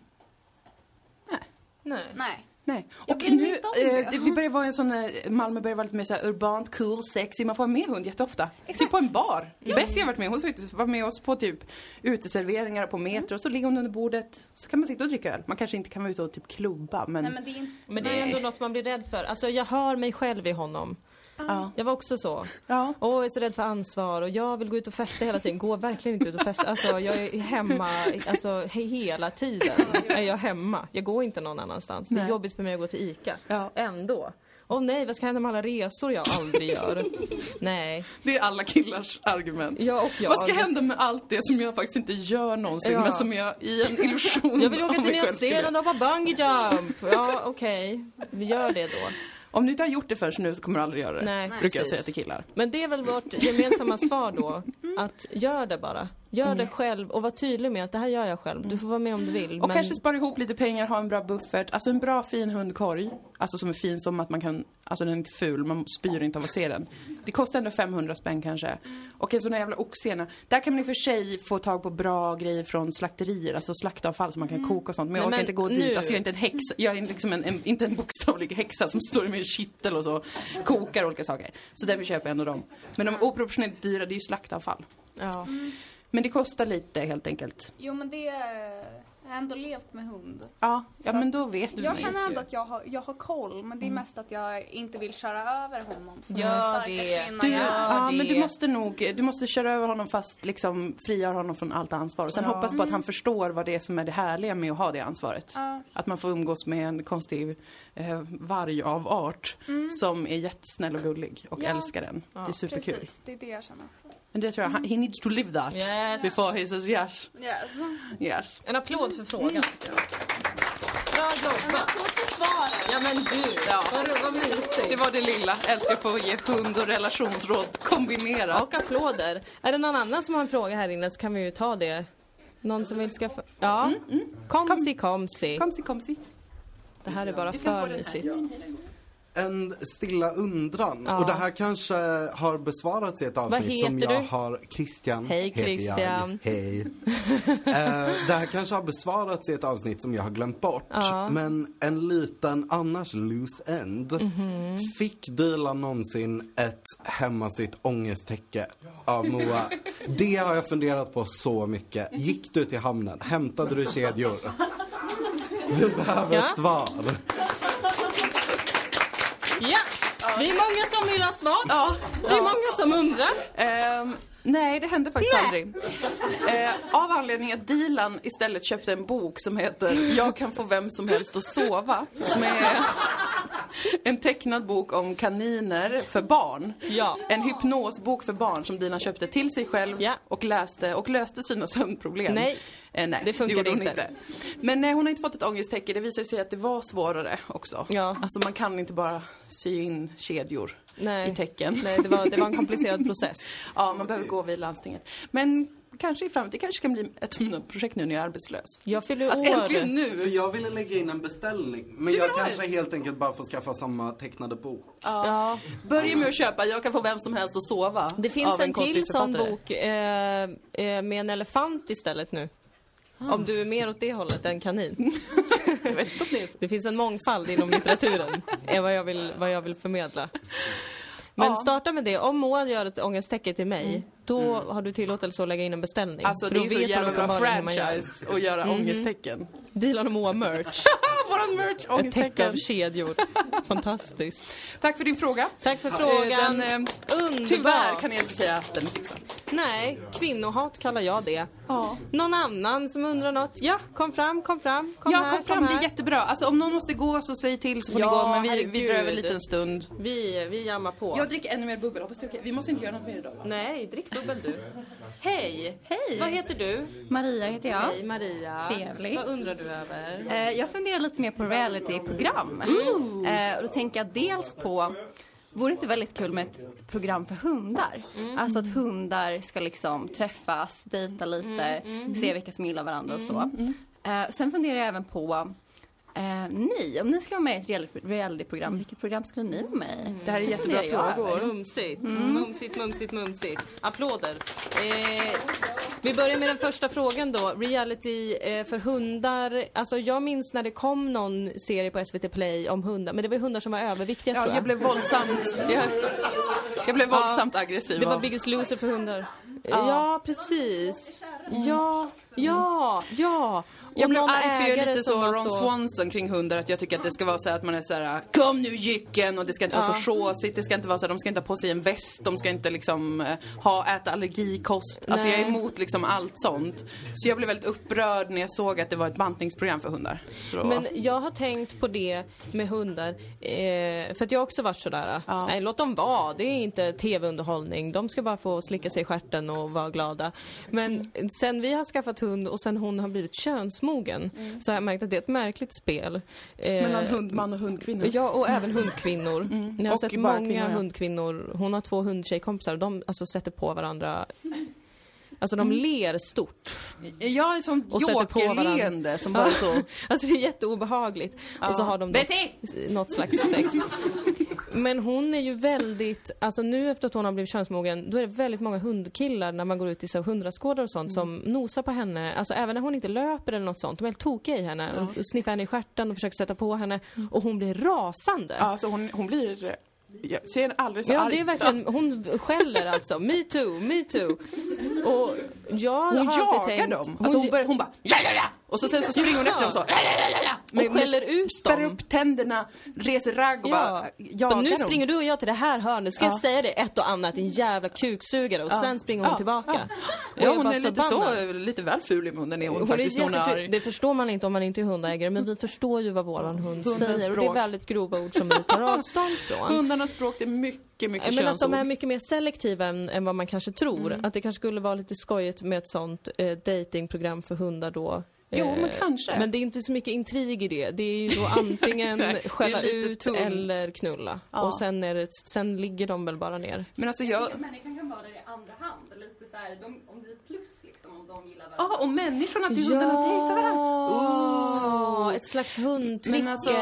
nej. Och nu, vi börjar vara en sån, Malmö börjar vara lite mer så här urbant, cool, sexy. Man får med hund jätteofta. Exakt. Typ på en bar. Bessie har varit med. Hon var med oss på typ uteserveringar på metro. Och så ligger hon under bordet. Så kan man sitta och dricka öl. Man kanske inte kan vara ute och typ klubba. Men, men det är ändå något man blir rädd för. Alltså jag hör mig själv i honom. Jag var också så. Jag är så rädd för ansvar. Och jag vill gå ut och festa hela tiden. Går verkligen inte ut och festa. Alltså jag är hemma. Alltså hela tiden är jag hemma. Jag går inte någon annanstans. Det är jobbigt för mig att gå till ICA. Ändå. Nej, vad ska hända med alla resor jag aldrig gör? Nej. Det är alla killars argument. Vad ska hända med allt det som jag faktiskt inte gör någonsin, men som jag i en illusion. Jag vill åka till Nya Zeeland och hoppa bungee jump. Ja, okej. Vi gör det då. Om du inte har gjort det förrän nu så kommer du aldrig göra det. Nej, brukar jag säga till killar. Men det är väl vårt gemensamma svar då. Att gör det bara. Gör det själv och var tydlig med att det här gör jag själv. Du får vara med om du vill. Och kanske spara ihop lite pengar, ha en bra buffert. Alltså en bra fin hundkorg. Alltså som är fin som att man kan... Alltså den är inte ful, man spyr inte av att se den. Det kostar ändå 500 spänn kanske. Och en sån här jävla oxena. Där kan man i och för sig få tag på bra grejer från slakterier. Alltså slaktavfall som man kan koka och sånt. Men jag orkar inte gå dit. Alltså jag är inte en häxa. Jag är liksom inte en bokstavlig häxa som står med en kittel och så kokar olika saker. Så därför köper jag ändå dem. Men de oproportionellt dyra, det är ju slaktavfall. Ja. Men det kostar lite helt enkelt. Jo, men det jag har ändå levt med hund. Ja men då vet du. Jag känner ändå att jag har koll, men det är mest att jag inte vill köra över honom. Men du måste köra över honom fast liksom frigöra honom från allt ansvar. Och sen hoppas på att han förstår vad det är som är det härliga med att ha det ansvaret. Att man får umgås med en konstig varg av art som är jättesnäll och gullig och älskar den. Det är superkul. Precis, det är det jag känner också. Men det tror jag, he needs to live that before he says yes. En applåd för frågan. Bra jobbat. En applåd för svaret. Ja men du, vad mysigt. Det var det lilla. Älskar att få ge hund och relationsråd kombinerat. Och applåder. Är det någon annan som har en fråga här inne så kan vi ju ta det. Någon som vill skaffa... Ja. Komsi. Det här är bara för mysigt. En stilla undran. Och det här kanske har besvarats i ett avsnitt som jag har... Christian. Hej Christian. Hej. Det här kanske har besvarats i ett avsnitt som jag har glömt bort. Men en liten annars loose end. Fick Dilan någonsin ett hemmasytt ångesttäcke av Moa? Det har jag funderat på så mycket. Gick du till hamnen? Hämtade du kedjor? Vi behöver svar. Ja, vi är många som vill ha svar. Det är många som undrar. Nej, det hände faktiskt aldrig. Av anledning att Dilan istället köpte en bok som heter Jag kan få vem som helst att sova. Som är en tecknad bok om kaniner för barn. En hypnosbok för barn som Dilan köpte till sig själv och läste och löste sina sömnproblem. Nej, det funkar inte. Men nej, hon har inte fått ett ångesttäcke. Det visade sig att det var svårare också. Alltså man kan inte bara sy in kedjor i tecken. Nej, det var en komplicerad process. Man behöver gå vid landstinget. Men kanske i framtiden, det kanske kan bli ett projekt nu när jag är arbetslös. Jag fyller år. Äntligen nu. För jag ville lägga in en beställning. Men jag kanske helt enkelt bara får skaffa samma tecknade bok. Börja med att köpa Jag kan få vem som helst att sova. Det finns en till sån bok med en elefant istället nu. Om du är mer åt det hållet än kanin. Jag vet inte om det är. Det finns en mångfald inom litteraturen, är vad jag vill förmedla. Men starta med det. Om Moa gör ett ångesttecken till mig, då har du tillåtelse att lägga in en beställning. Alltså det är så jävla bra franchise att göra ångesttecken. Dilan och Moa merch. Våran merch, Ett ångesttecken. täcke av kedjor. Fantastiskt. Tack för din fråga. Tack för frågan. Tyvärr Underbar. kan jag inte säga att den är fixad. Nej, kvinnohat kallar jag det. Ja. Någon annan som undrar något? Ja, kom fram. Kom Kom här. fram, det är jättebra. Alltså om någon måste gå så säg till så får Ja, ni gå. Men vi herregud. dröjer en liten stund. Vi jammar på. Jag dricker ännu mer bubbel, hoppas det är okej. Vi måste inte göra något mer idag, va? Nej, drick dubbel du. Hej! Hej! Vad heter du? Maria heter jag. Hej Maria. Trevligt. Vad undrar du över? Jag funderar lite mer på reality-program. Och då tänker jag dels på, vore det inte väldigt kul med ett program för hundar? Alltså att hundar ska liksom träffas, dejta lite, se vilka som gillar varandra och så. Sen funderar jag även på om ni ska vara med i ett reality-program, vilket program skulle ni vara med i? Det här är jättebra frågor. Mumsigt. Applåder. Vi börjar med den första frågan då. Reality för hundar. Alltså jag minns när det kom någon serie på SVT Play om hundar. Men det var hundar som var överviktiga, tror jag. Jag blev våldsamt. Jag blev våldsamt aggressiv. Det var Biggest Loser för hundar. Ja, precis. Ja. Jag blev någon arg för jag är ägare lite som så var Ron Swanson kring hundar. Att jag tycker att det ska vara så här att man är så här: kom nu jycken. Och det ska inte vara så sjåsigt. Det ska inte vara så här, de ska inte ha på sig en väst. De ska inte liksom äta allergikost. Alltså jag är emot liksom allt sånt. Så jag blev väldigt upprörd när jag såg att det var ett bantningsprogram för hundar. Så. Men jag har tänkt på det med hundar. För att jag har också varit sådär. Nej, låt dem vara. Det är inte tv-underhållning. De ska bara få slicka sig i stjärten och vara glada. Men sen vi har skaffat hund och sen hon har blivit könsmogen, så har jag märkt att det är ett märkligt spel. Mellan hundman och hundkvinnor. Ja, och även hundkvinnor. Jag har Och sett bara många kvinnor, ja. hundkvinnor. Hon har 2 hundtjejkompisar och de alltså sätter på varandra. Alltså de ler stort. Jag är som Och sätter på jokerleende som bara så. Alltså det är jätteobehagligt. Och så har de då något slags sex. Men hon är ju väldigt, alltså nu efter att hon har blivit könsmogen, då är det väldigt många hundkillar när man går ut i så hundraskådar och sånt som nosar på henne. Alltså även när hon inte löper eller något sånt. De är helt tokiga i henne och sniffar henne i stjärten och försöker sätta på henne. Och hon blir rasande. Ja, så hon blir... Jag ser aldrig så Ja, arg. det är verkligen, hon skäller alltså. Me too. Och jag Hon har alltid jagar tänkt, dem. Alltså hon bara ja. Och så sen så springer hon efter dem så. Och skäller ut spärr dem. upp tänderna, reser ragg och bara jagar Men nu dem. springer du och jag till det här hörnet. Ska jag säga det ett och annat, din jävla kuksugare. Och sen springer hon tillbaka. Och Ja, jag hon bara är lite förbannad. lite väl ful i munnen är hon Hon faktiskt är när hon är arg. det förstår man inte om man inte är hundägare. Men vi förstår ju vad våran hund säger. Och det är språk. väldigt grova ord som vi tar avstånd från. Hundarnas språk, det är mycket Men att könsord. de är mycket mer selektiva än vad man kanske tror. Att det kanske skulle vara lite skojigt med ett sånt datingprogram för hundar då. Jo, men kanske. Men det är inte så mycket intrig i det. Det är ju då antingen skälla lite ut tunt. eller knulla. Ja. Och sen ligger de väl bara ner. Men alltså Människan kan vara där i andra hand. Lite så här, om det är ett plus liksom, om de gillar varandra. och människorna till hundarna dejtar varandra. Ett slags hundtricket. Men alltså-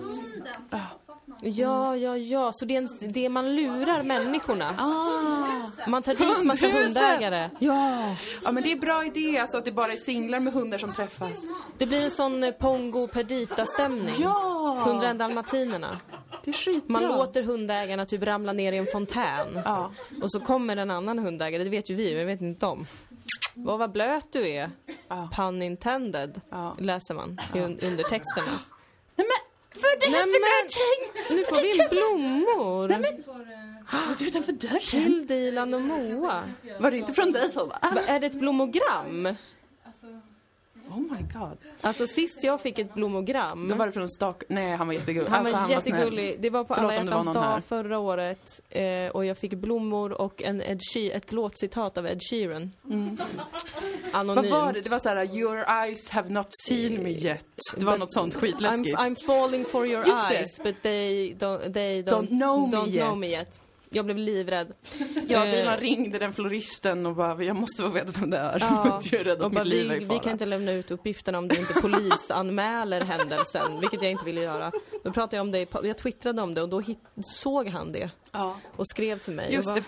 Ja. Så det är man lurar människorna. Man tar dit massa Hundhuset. hundägare. Ja. Ja, men det är bra idé alltså att det bara är singlar med hundar som träffas. Det blir en sån Pongo Perdita-stämning. Ja. 101 dalmatinerna. Det är skitbra. Man låter hundägarna typ ramla ner i en fontän. Ja. Och så kommer en annan hundägare, det vet ju vi, men vet inte om. Vad blöt du är. Pun intended, läser man i undertexterna. Nej men, för det här för Nu får vi in blommor. Vad är utanför dörren? Till Dilan och Moa. Var det inte från dig så va? Är det ett blommogram? Oh my god. Alltså sist jag fick ett blommogram. Då var det från Nej, han var jättegullig. Han var Snäll. jättegullig. Det var på Förlåt alla om det var hjärtans någon här. dag förra året. Och jag fick blommor och ett låtcitat av Ed Sheeran. Anonymt. Vad var det? Det var så här: your eyes have not seen me yet. Det var något sånt skitläskigt. I'm falling for your Just det. eyes, but they Don't know me yet. Jag blev livrädd. Ja, Dilan ringde den floristen och bara, jag måste få veta vem det är. Ja. Jag är rädd att Och mitt bara, liv är i vi fara. kan inte lämna ut uppgifterna om du inte polisanmäler händelsen, vilket jag inte ville göra. Då pratade jag om det, jag twittrade om det och då såg han det Ja. och skrev till mig. Just och det.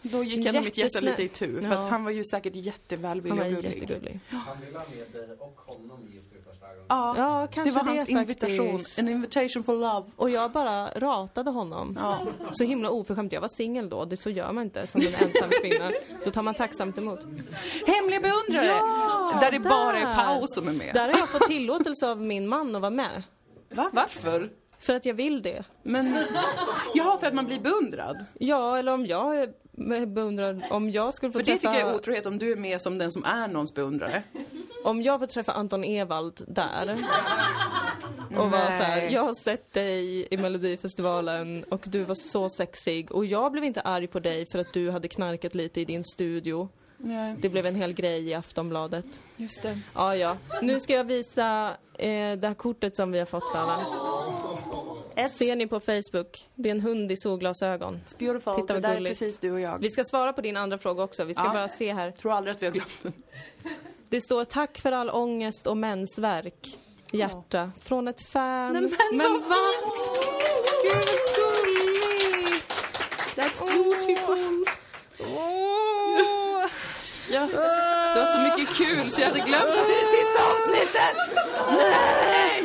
Då gick ändå mitt hjärta lite i tur. För att han var ju säkert jättevälvillig och gullig. Han ville ha med dig och honom gift i första gången. Ja, kanske det var hans invitation. Faktiskt. En invitation for love. Och jag bara ratade honom. Ja. Så himla oförskämt. Jag var singel då. Det så gör man inte som en ensam kvinna. Då tar man tacksamt emot. Hemliga beundrare! Ja, där det bara är paus som är med. Där har jag fått tillåtelse av min man att vara med. Va? Varför? För att jag vill det. Men, jaha, för att man blir beundrad? Ja, eller om jag är beundrad. Om jag skulle få för träffa... det tycker jag är otroligt om du är med som den som är någons beundrare. Om jag får träffa Anton Ewald där och vara så här, jag har sett dig i Melodifestivalen och du var så sexig och jag blev inte arg på dig för att du hade knarkat lite i din studio. Nej. Det blev en hel grej i Aftonbladet. Just det. Ja. Nu ska jag visa det här kortet som vi har fått för alla. Ser ni på Facebook? Det är en hund i solglasögon. It's beautiful. Titta vad det där gulligt. är precis du och jag. Vi ska svara på din andra fråga också. Vi ska bara se här. Jag tror aldrig att vi har glömt den. Det står tack för all ångest och mensvärk. Hjärta. Från ett fan. Nej, men vad? Gud, gulligt. That's beautiful. Ja. Det var så mycket kul så jag hade glömt att det är det sista avsnittet. Nej!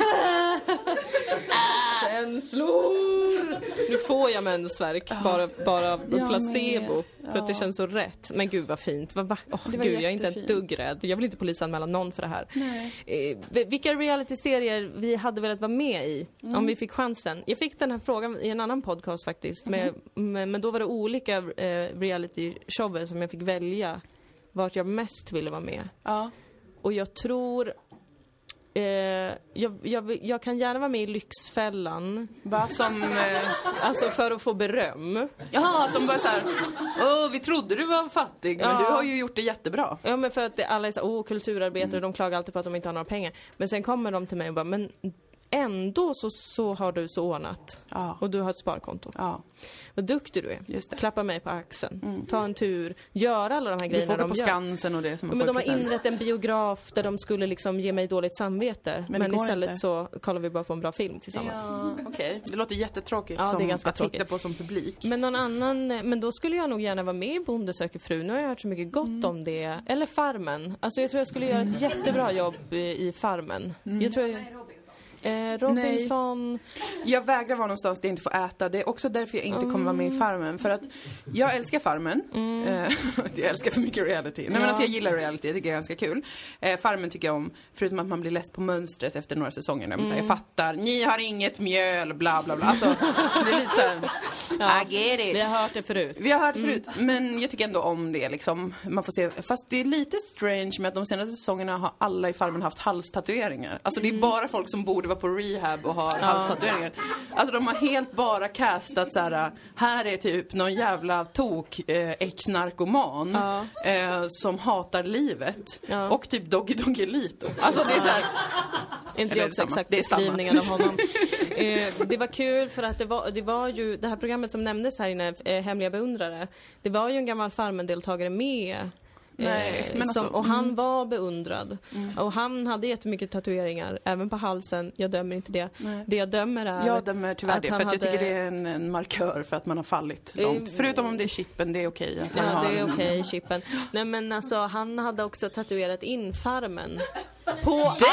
Känslor. Nu får jag mensvärk bara av placebo för att det känns så rätt. Men gud vad fint. Gud, jag är inte en dugg rädd. Jag vill inte polisanmäla någon för det här. Vilka reality-serier vi hade velat vara med i om vi fick chansen. Jag fick den här frågan i en annan podcast faktiskt. Men då var det olika reality-shower som jag fick välja vart jag mest ville vara med. Ja. Och jag tror... jag kan gärna vara med i Lyxfällan. Va, som... Alltså för att få beröm. Jaha, att de bara så här... vi trodde du var fattig, men du har ju gjort det jättebra. Ja, men för att alla är så kulturarbetare, de klagar alltid på att de inte har några pengar. Men sen kommer de till mig och bara, men ändå så har du så ordnat. Ja. Och du har ett sparkonto. Ja. Vad duktig du är. Just det. Klappa mig på axeln. Ta en tur. Gör alla de här grejerna du får de på gör. Skansen och det som men de har inrett en biograf där de skulle liksom ge mig dåligt samvete. Men istället inte. Så kollar vi bara på en bra film tillsammans. Ja, okej. Det låter jättetråkigt det är ganska att tråkigt. titta på som publik. Men någon annan, men då skulle jag nog gärna vara med i Bonde söker fru. Nu har jag hört så mycket gott om det. Eller Farmen. Alltså jag tror jag skulle göra ett jättebra jobb i Farmen. Jag tror Robinson. Nej. Jag vägrar vara någonstans där jag inte får äta. Det är också därför jag inte kommer vara med i Farmen. För att jag älskar Farmen. Jag älskar för mycket reality. Nej, men alltså jag gillar reality, jag tycker det är ganska kul. Farmen tycker jag om, förutom att man blir less på mönstret efter några säsonger. När man säger, jag fattar, ni har inget mjöl, bla bla bla. Alltså, det är lite såhär, I get it. Vi har hört det förut. Vi har hört det förut, men jag tycker ändå om det liksom. Man får se, fast det är lite strange med att de senaste säsongerna har alla i Farmen haft halstatueringar. Alltså det är bara folk som borde vara på rehab och ha halstatueringar. Alltså de har helt bara castat så här är typ någon jävla ex-narkoman som hatar livet. Och typ Doggy Doggelito. Alltså det är så här. Inte det också exakt beskrivningen av honom. Det var kul för att det var ju det här programmet som nämndes här inne, Hemliga beundrare. Det var ju en gammal Farmen-deltagare med. Nej, men alltså, och han var beundrad. Och han hade jättemycket tatueringar, även på halsen. Jag dömer inte det. Nej. Det jag dömer är... Jag dömer tyvärr det, för att jag tycker det är en markör för att man har fallit långt. Förutom om det är chippen, det är okej. Ja, det är okej, chippen. Nej, men alltså, han hade också tatuerat in Farmen. På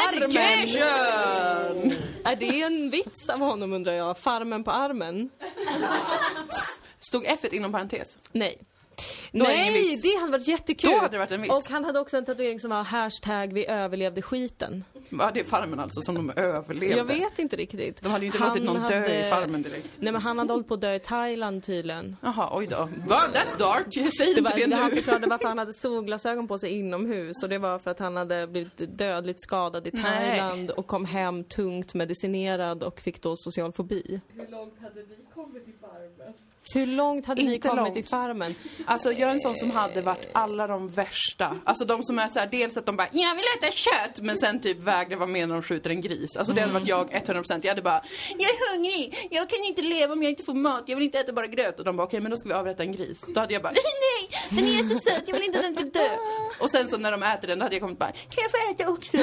armen! Är det en vits av honom, undrar jag? Farmen på armen? Stod F1 inom parentes? Nej. Nej, det hade varit jättekul. Då hade det varit en vits. Och han hade också en tatuering som var hashtag vi överlevde skiten. Ja, det är Farmen alltså som de överlevde. Jag vet inte riktigt. De hade ju inte låtit någon dö i Farmen direkt. Nej, men han hade hållit på att dö i Thailand tydligen. Jaha, oj då. That's dark. Säg inte det nu. Han förklarade varför han hade solglasögon på sig inomhus. Och det var för att han hade blivit dödligt skadad i Thailand. Och kom hem tungt medicinerad och fick då social fobi. Hur långt hade vi kommit i Farmen? Hur långt hade ni kommit i Farmen? Alltså jag är en sån som hade varit alla de värsta. Alltså de som är så här, dels att de bara, jag vill äta kött, men sen typ vägrar vara med när de skjuter en gris. Alltså det hade varit jag 100%. Jag hade bara, jag är hungrig, jag kan inte leva om jag inte får mat, jag vill inte äta bara gröt. Och de bara, okej, men då ska vi avrätta en gris. Då hade jag bara, nej, den är jättesöt, jag vill inte att den ska dö. Och sen så när de äter den, då hade jag kommit bara, kan jag få äta också?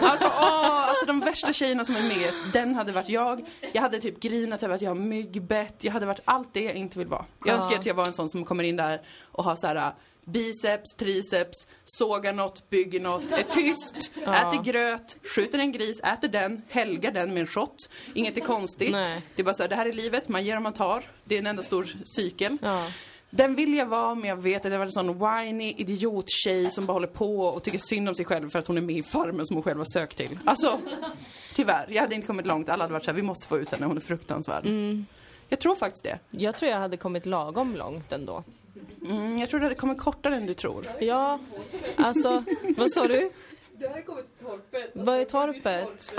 Alltså de värsta tjejerna som är med, den hade varit jag. Jag hade typ grinat över att jag har myggbett. Jag hade varit allt det jag inte vill vara. Jag önskar att jag var en sån som kommer in där och har så här biceps, triceps, sågar något, bygger något, är tyst, äter gröt, skjuter en gris, äter den, helgar den med en shot. Inget är konstigt. Nej. Det är bara så här, det här är livet, man ger och man tar. Det är en enda stor cykel. Ja. Den vill jag vara, men jag vet att jag var en sån whiny idiottjej som bara håller på och tycker synd om sig själv för att hon är med i Farmen som hon själv har sökt till. Alltså, tyvärr, jag hade inte kommit långt. Alla hade varit så här, vi måste få ut henne, hon är fruktansvärd. Jag tror faktiskt det. Jag tror jag hade kommit lagom långt ändå. Jag tror det hade kommit kortare än du tror. Ja, alltså, vad sa du? Det här kommer till torpet. Vad är torpet?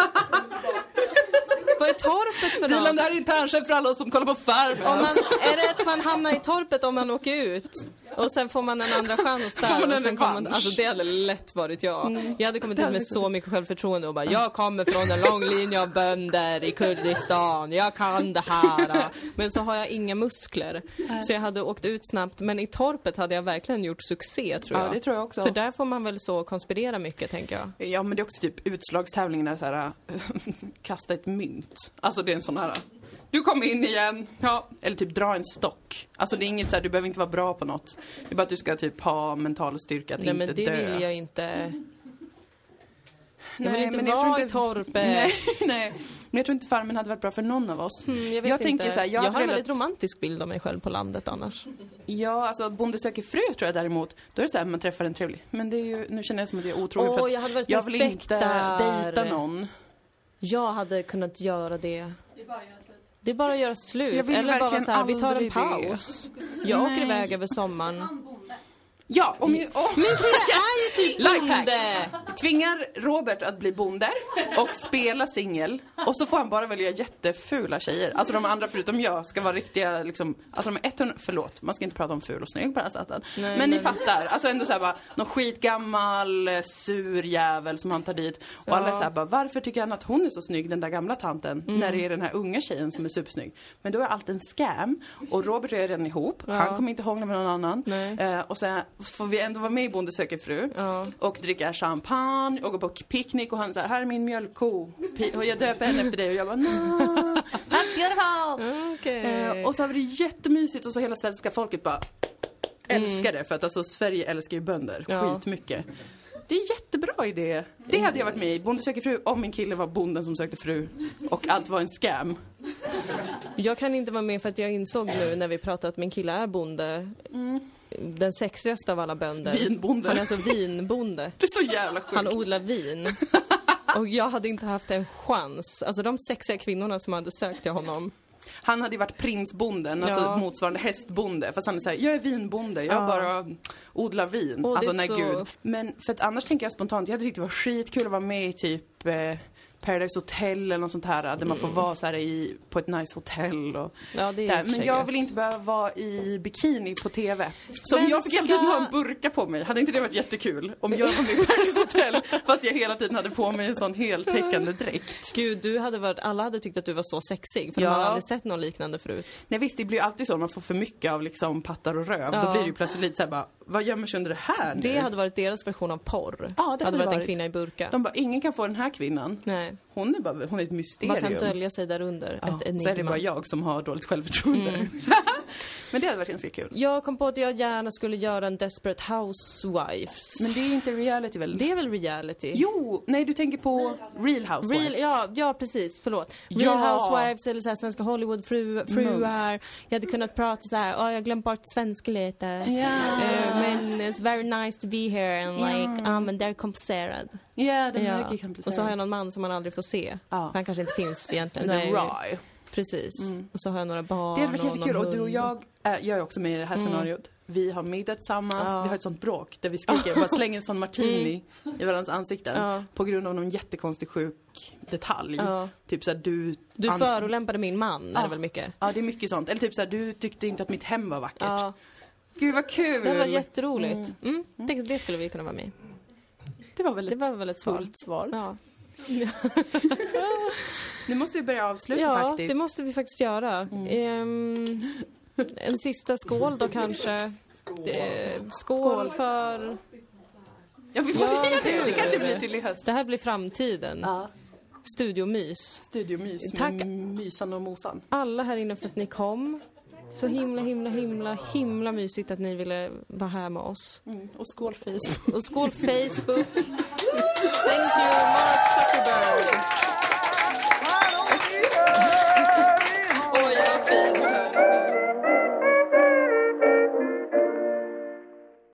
Vad är torpet för Dilan, något? det här är internchef för alla som kollar på Farmen. Är det att man hamnar i torpet om man åker ut? Och sen får man en andra chans där. Får man en och sen kommer revansch? alltså det hade lätt varit jag. Jag hade kommit ut med så mycket självförtroende och bara, jag kommer från en lång linje av bönder i Kurdistan. Jag kan det här. Men så har jag inga muskler. Så jag hade åkt ut snabbt. Men i torpet hade jag verkligen gjort succé, tror jag. Ja, det tror jag också. För där får man väl så konspirera mycket, tänker jag. Ja, men det är också typ utslagstävlingen där så här kasta ett mynt. Alltså det är en sån här, du kommer in igen. Ja, eller typ dra en stock. Alltså det är inget så här, du behöver inte vara bra på något. Det är bara att du ska typ ha mental styrka att Nej, inte men det dö. vill jag inte. Jag vill Nej, inte men jag vara tror i torpet. Nej. Men jag tror inte Farmen hade varit bra för någon av oss. Jag vet inte. tänker så här, jag har en hade väldigt romantisk bild av mig själv på landet annars. Ja, alltså Bonde söker fru tror jag däremot. Då är det så här, man träffar en trevlig. Men det är ju, nu känner jag som att jag är otrolig för att jag hade varit jag vill perfekt inte där. dejta någon. Jag hade kunnat göra det. Det är bara att göra slut. Jag vill Eller bara verkligen så här, vi tar en aldrig paus. Jag åker iväg över sommaren. Ja, om ju... Min kille är ju typ bonde! Tvingar Robert att bli bonde och spela singel. Och så får han bara välja jättefula tjejer. Alltså de andra förutom jag ska vara riktiga liksom, alltså de är 100, förlåt, man ska inte prata om ful och snygg på den här sättet. Men ni fattar, alltså ändå såhär bara någon skitgammal sur jävel som han tar dit. Och alla är såhär bara, varför tycker han att hon är så snygg, den där gamla tanten, när det är den här unga tjejen som är supersnygg. Men då är allt en scam. Och Robert och jag är redan ihop. Han kommer inte hångla med någon annan. Och sen får vi ändå vara med i Bonde söker fru. Och dricka champagne och gå på picknick. Och han säger, här är min mjölkko. Och jag döper henne efter dig. Och jag bara, no, that's beautiful. Okay. Och så har vi det jättemysigt. Och så hela svenska folket bara älskar det. För att alltså Sverige älskar ju bönder. Skitmycket. Det är jättebra idé. Det hade jag varit med i. Bonde söker fru om min kille var bonden som sökte fru. Och allt var en scam. Jag kan inte vara med för att jag insåg nu när vi pratade att min kille är bonde. Den sexigaste av alla bönder. Vinbonde. Han är alltså vinbonde. Det är så jävla sjukt. Han odlar vin. Och jag hade inte haft en chans. Alltså de sexiga kvinnorna som hade sökt till honom. Han hade ju varit prinsbonden, alltså motsvarande hästbonde. Fast han är såhär, jag är vinbonde, jag bara odlar vin. Och alltså nej så... gud. Men för att annars tänker jag spontant, jag hade tyckt det var skitkul att vara med i typ Paradise Hotel eller något sånt här. Där man får vara så här på ett nice hotell och ja, det är där. Men jag vill inte behöva vara i bikini på TV. Så om jag fick hela tiden ha en burka på mig, hade inte det varit jättekul? Om jag var med i Paradise Hotel fast jag hela tiden hade på mig en sån heltäckande dräkt. Gud, du hade varit, alla hade tyckt att du var så sexig. För de hade aldrig sett någon liknande förut. Nej visst, det blir ju alltid så. Man får för mycket av liksom pattar och röv. Då blir det ju plötsligt lite såhär bara, vad gömmer sig under det här nu? Det hade varit deras version av porr. Ja, det hade varit en kvinna i burka. De bara, ingen kan få den här kvinnan. Nej. Hon är ett mysterium. Man kan dölja sig där under. Ja, ett enigma. så är det bara jag som har dåligt självförtroende. Men det hade varit ganska kul. Jag kom på att jag gärna skulle göra en Desperate Housewives. Men det är inte reality väl? Det är väl reality? Jo, nej du tänker på Real Housewives. Ja, precis, förlåt. Real Housewives eller så här, svenska Hollywood fruar. Jag hade kunnat prata så här, jag glömt bort svenska lite. Men it's very nice to be here and like, men they're komplicerad. Ja, de är mycket komplicerade. Och så har jag någon man som man aldrig får se. Han kanske inte finns egentligen. Det är Rye. Precis. Och så har jag några barn. Det hade varit jättekul. Och du och jag är också med i det här scenariot. Vi har middag tillsammans. Vi har ett sånt bråk där vi skriker. Bara slänger en sån martini i varandras ansikten. På grund av någon jättekonstig sjuk detalj. Typ såhär du förolämpade min man. Är det väl mycket? Ja, det är mycket sånt. Eller typ såhär, du tyckte inte att mitt hem var vackert. Gud vad kul. Det var jätteroligt. Det skulle vi kunna vara med. Det var väl ett fullt svar. Ja. Nu måste vi börja avsluta faktiskt. Ja, det måste vi faktiskt göra. En sista skål då kanske. Skål för Ja, vi får göra det. Det kanske blir till i höst. Det här blir framtiden. Ja. Studiomys. Studiomys Tack. med mysan och mosan. Alla här inne för att ni kom. Så himla mysigt att ni ville vara här med oss. Och skål Facebook. Och skål Facebook. Thank